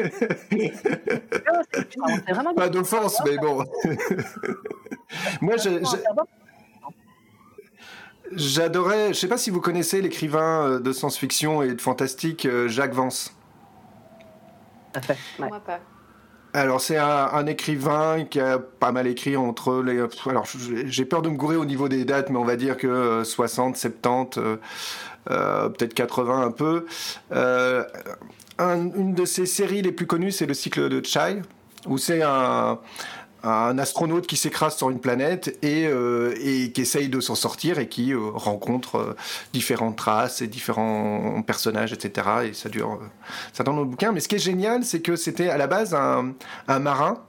Non, c'est c'est vraiment
Pas d'offense, mais bon. Moi, j'ai- j'ai- j'adorais, je sais pas si vous connaissez l'écrivain euh, de science-fiction et de fantastique euh, Jacques Vance.
Tout à fait. Ouais.
Moi pas.
Alors c'est un, un écrivain qui a pas mal écrit entre les... Alors j'ai peur de me gourer au niveau des dates, mais on va dire que euh, soixante, soixante-dix, euh, euh, peut-être quatre-vingts un peu. Euh, un- une de ses séries les plus connues, c'est le cycle de Chai, où c'est un, un astronaute qui s'écrase sur une planète et, euh, et qui essaye de s'en sortir et qui euh, rencontre euh, différentes traces et différents personnages, et cetera. Et ça dure... Euh, ça donne le bouquin. Mais ce qui est génial, c'est que c'était à la base un, un marin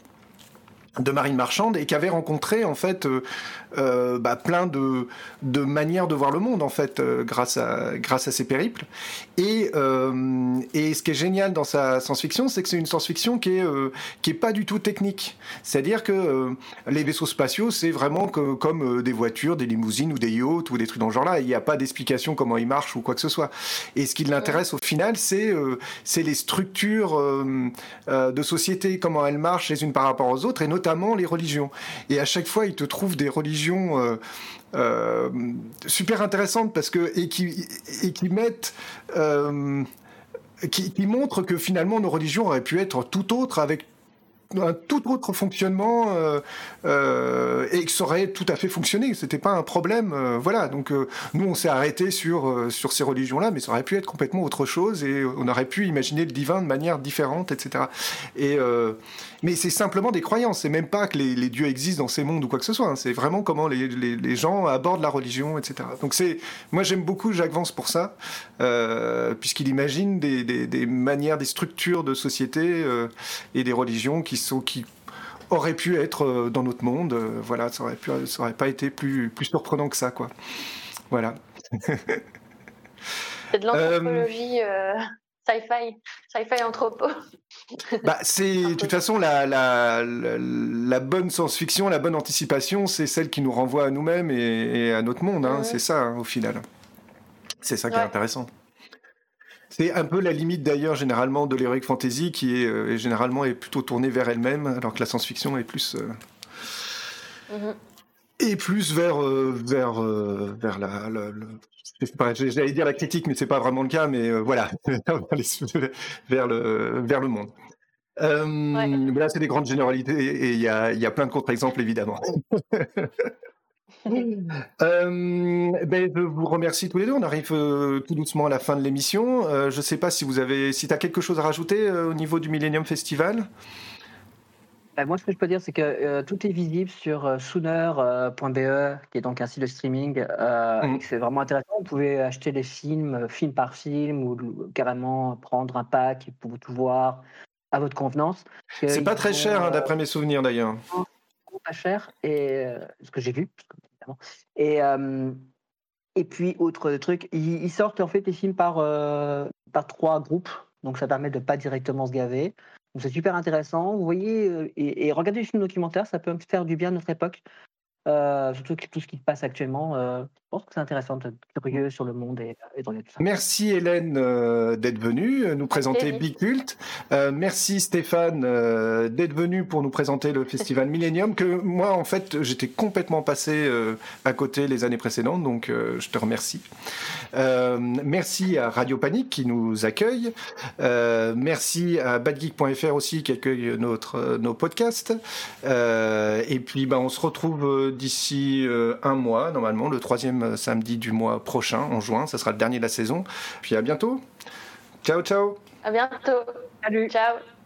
de marine marchande et qui avait rencontré en fait euh, euh, bah, plein de, de manières de voir le monde en fait euh, grâce à grâce à ses périples et euh, et ce qui est génial dans sa science-fiction, c'est que c'est une science-fiction qui est euh, qui est pas du tout technique, c'est-à-dire que euh, les vaisseaux spatiaux c'est vraiment que, comme euh, des voitures, des limousines ou des yachts ou des trucs dans ce genre-là, il n'y a pas d'explication comment ils marchent ou quoi que ce soit, et ce qui l'intéresse au final c'est euh, c'est les structures euh, euh, de société, comment elles marchent les unes par rapport aux autres, et notamment les religions. Et à chaque fois, il te trouve des religions euh, euh, super intéressantes parce que et qui et qui mettent euh, qui, qui montrent que finalement nos religions auraient pu être tout autres avec un tout autre fonctionnement euh, euh, et que ça aurait tout à fait fonctionné. C'était pas un problème. Euh, voilà. Donc euh, nous, on s'est arrêté sur euh, sur ces religions-là, mais ça aurait pu être complètement autre chose et on aurait pu imaginer le divin de manière différente, et cetera. Et euh, mais c'est simplement des croyances. C'est même pas que les, les dieux existent dans ces mondes ou quoi que ce soit. Hein. C'est vraiment comment les, les, les gens abordent la religion, et cetera. Donc c'est, moi j'aime beaucoup Jacques Vance pour ça, euh, puisqu'il imagine des, des, des manières, des structures de société euh, et des religions qui sont qui auraient pu être dans notre monde. Euh, voilà, ça aurait pu, ça aurait pas été plus plus surprenant que ça, quoi. Voilà.
C'est de l'anthropologie euh, sci-fi, sci-fi anthropo.
Bah, c'est de toute façon la, la, la, la bonne science-fiction, la bonne anticipation, c'est celle qui nous renvoie à nous-mêmes et, et à notre monde. Hein. Mmh. C'est ça, hein, au final. C'est ça qui ouais. est intéressant. C'est un peu la limite d'ailleurs généralement de l'heroic fantasy qui est euh, généralement est plutôt tournée vers elle-même, alors que la science-fiction est plus euh, mmh. et plus vers euh, vers euh, vers la, la, la j'allais dire la critique, mais c'est pas vraiment le cas, mais euh, voilà, vers le vers le monde. Euh, ouais. Mais là, c'est des grandes généralités et il y a il y a plein de contre-exemples évidemment. euh, ben, je vous remercie tous les deux. On arrive euh, tout doucement à la fin de l'émission. Euh, je ne sais pas si vous avez, si tu as quelque chose à rajouter euh, au niveau du Millennium Festival.
Ben, moi, ce que je peux dire, c'est que euh, tout est visible sur euh, sooner point b e, qui est donc un site de streaming. Euh, mmh. Et que c'est vraiment intéressant. Vous pouvez acheter des films, film par film, ou euh, carrément prendre un pack pour tout voir à votre convenance.
C'est pas très cher, hein, d'après mes souvenirs d'ailleurs.
Pas cher, et euh, ce que j'ai vu. Et, euh, et puis, autre truc, ils, ils sortent en fait les films par, euh, par trois groupes, donc ça permet de ne pas directement se gaver. Donc c'est super intéressant. Vous voyez, et, et regarder les films documentaires, ça peut me faire du bien à notre époque. Euh, surtout tout ce qui se passe actuellement. Euh, je pense que c'est intéressant d'être curieux sur le monde et, et dans les tout ça.
Merci Hélène euh, d'être venue nous présenter Bicult. Euh, merci Stéphane euh, d'être venu pour nous présenter le festival Millennium, que moi en fait j'étais complètement passé euh, à côté les années précédentes, donc euh, je te remercie. Euh, merci à Radio Panique qui nous accueille. Euh, merci à badgeek point f r aussi qui accueille notre, euh, nos podcasts. Euh, et puis bah, on se retrouve d'ici euh, un mois, normalement, le troisième samedi du mois prochain, en juin. Ça sera le dernier de la saison. Puis à bientôt. Ciao, ciao.
À bientôt.
Salut.
Ciao.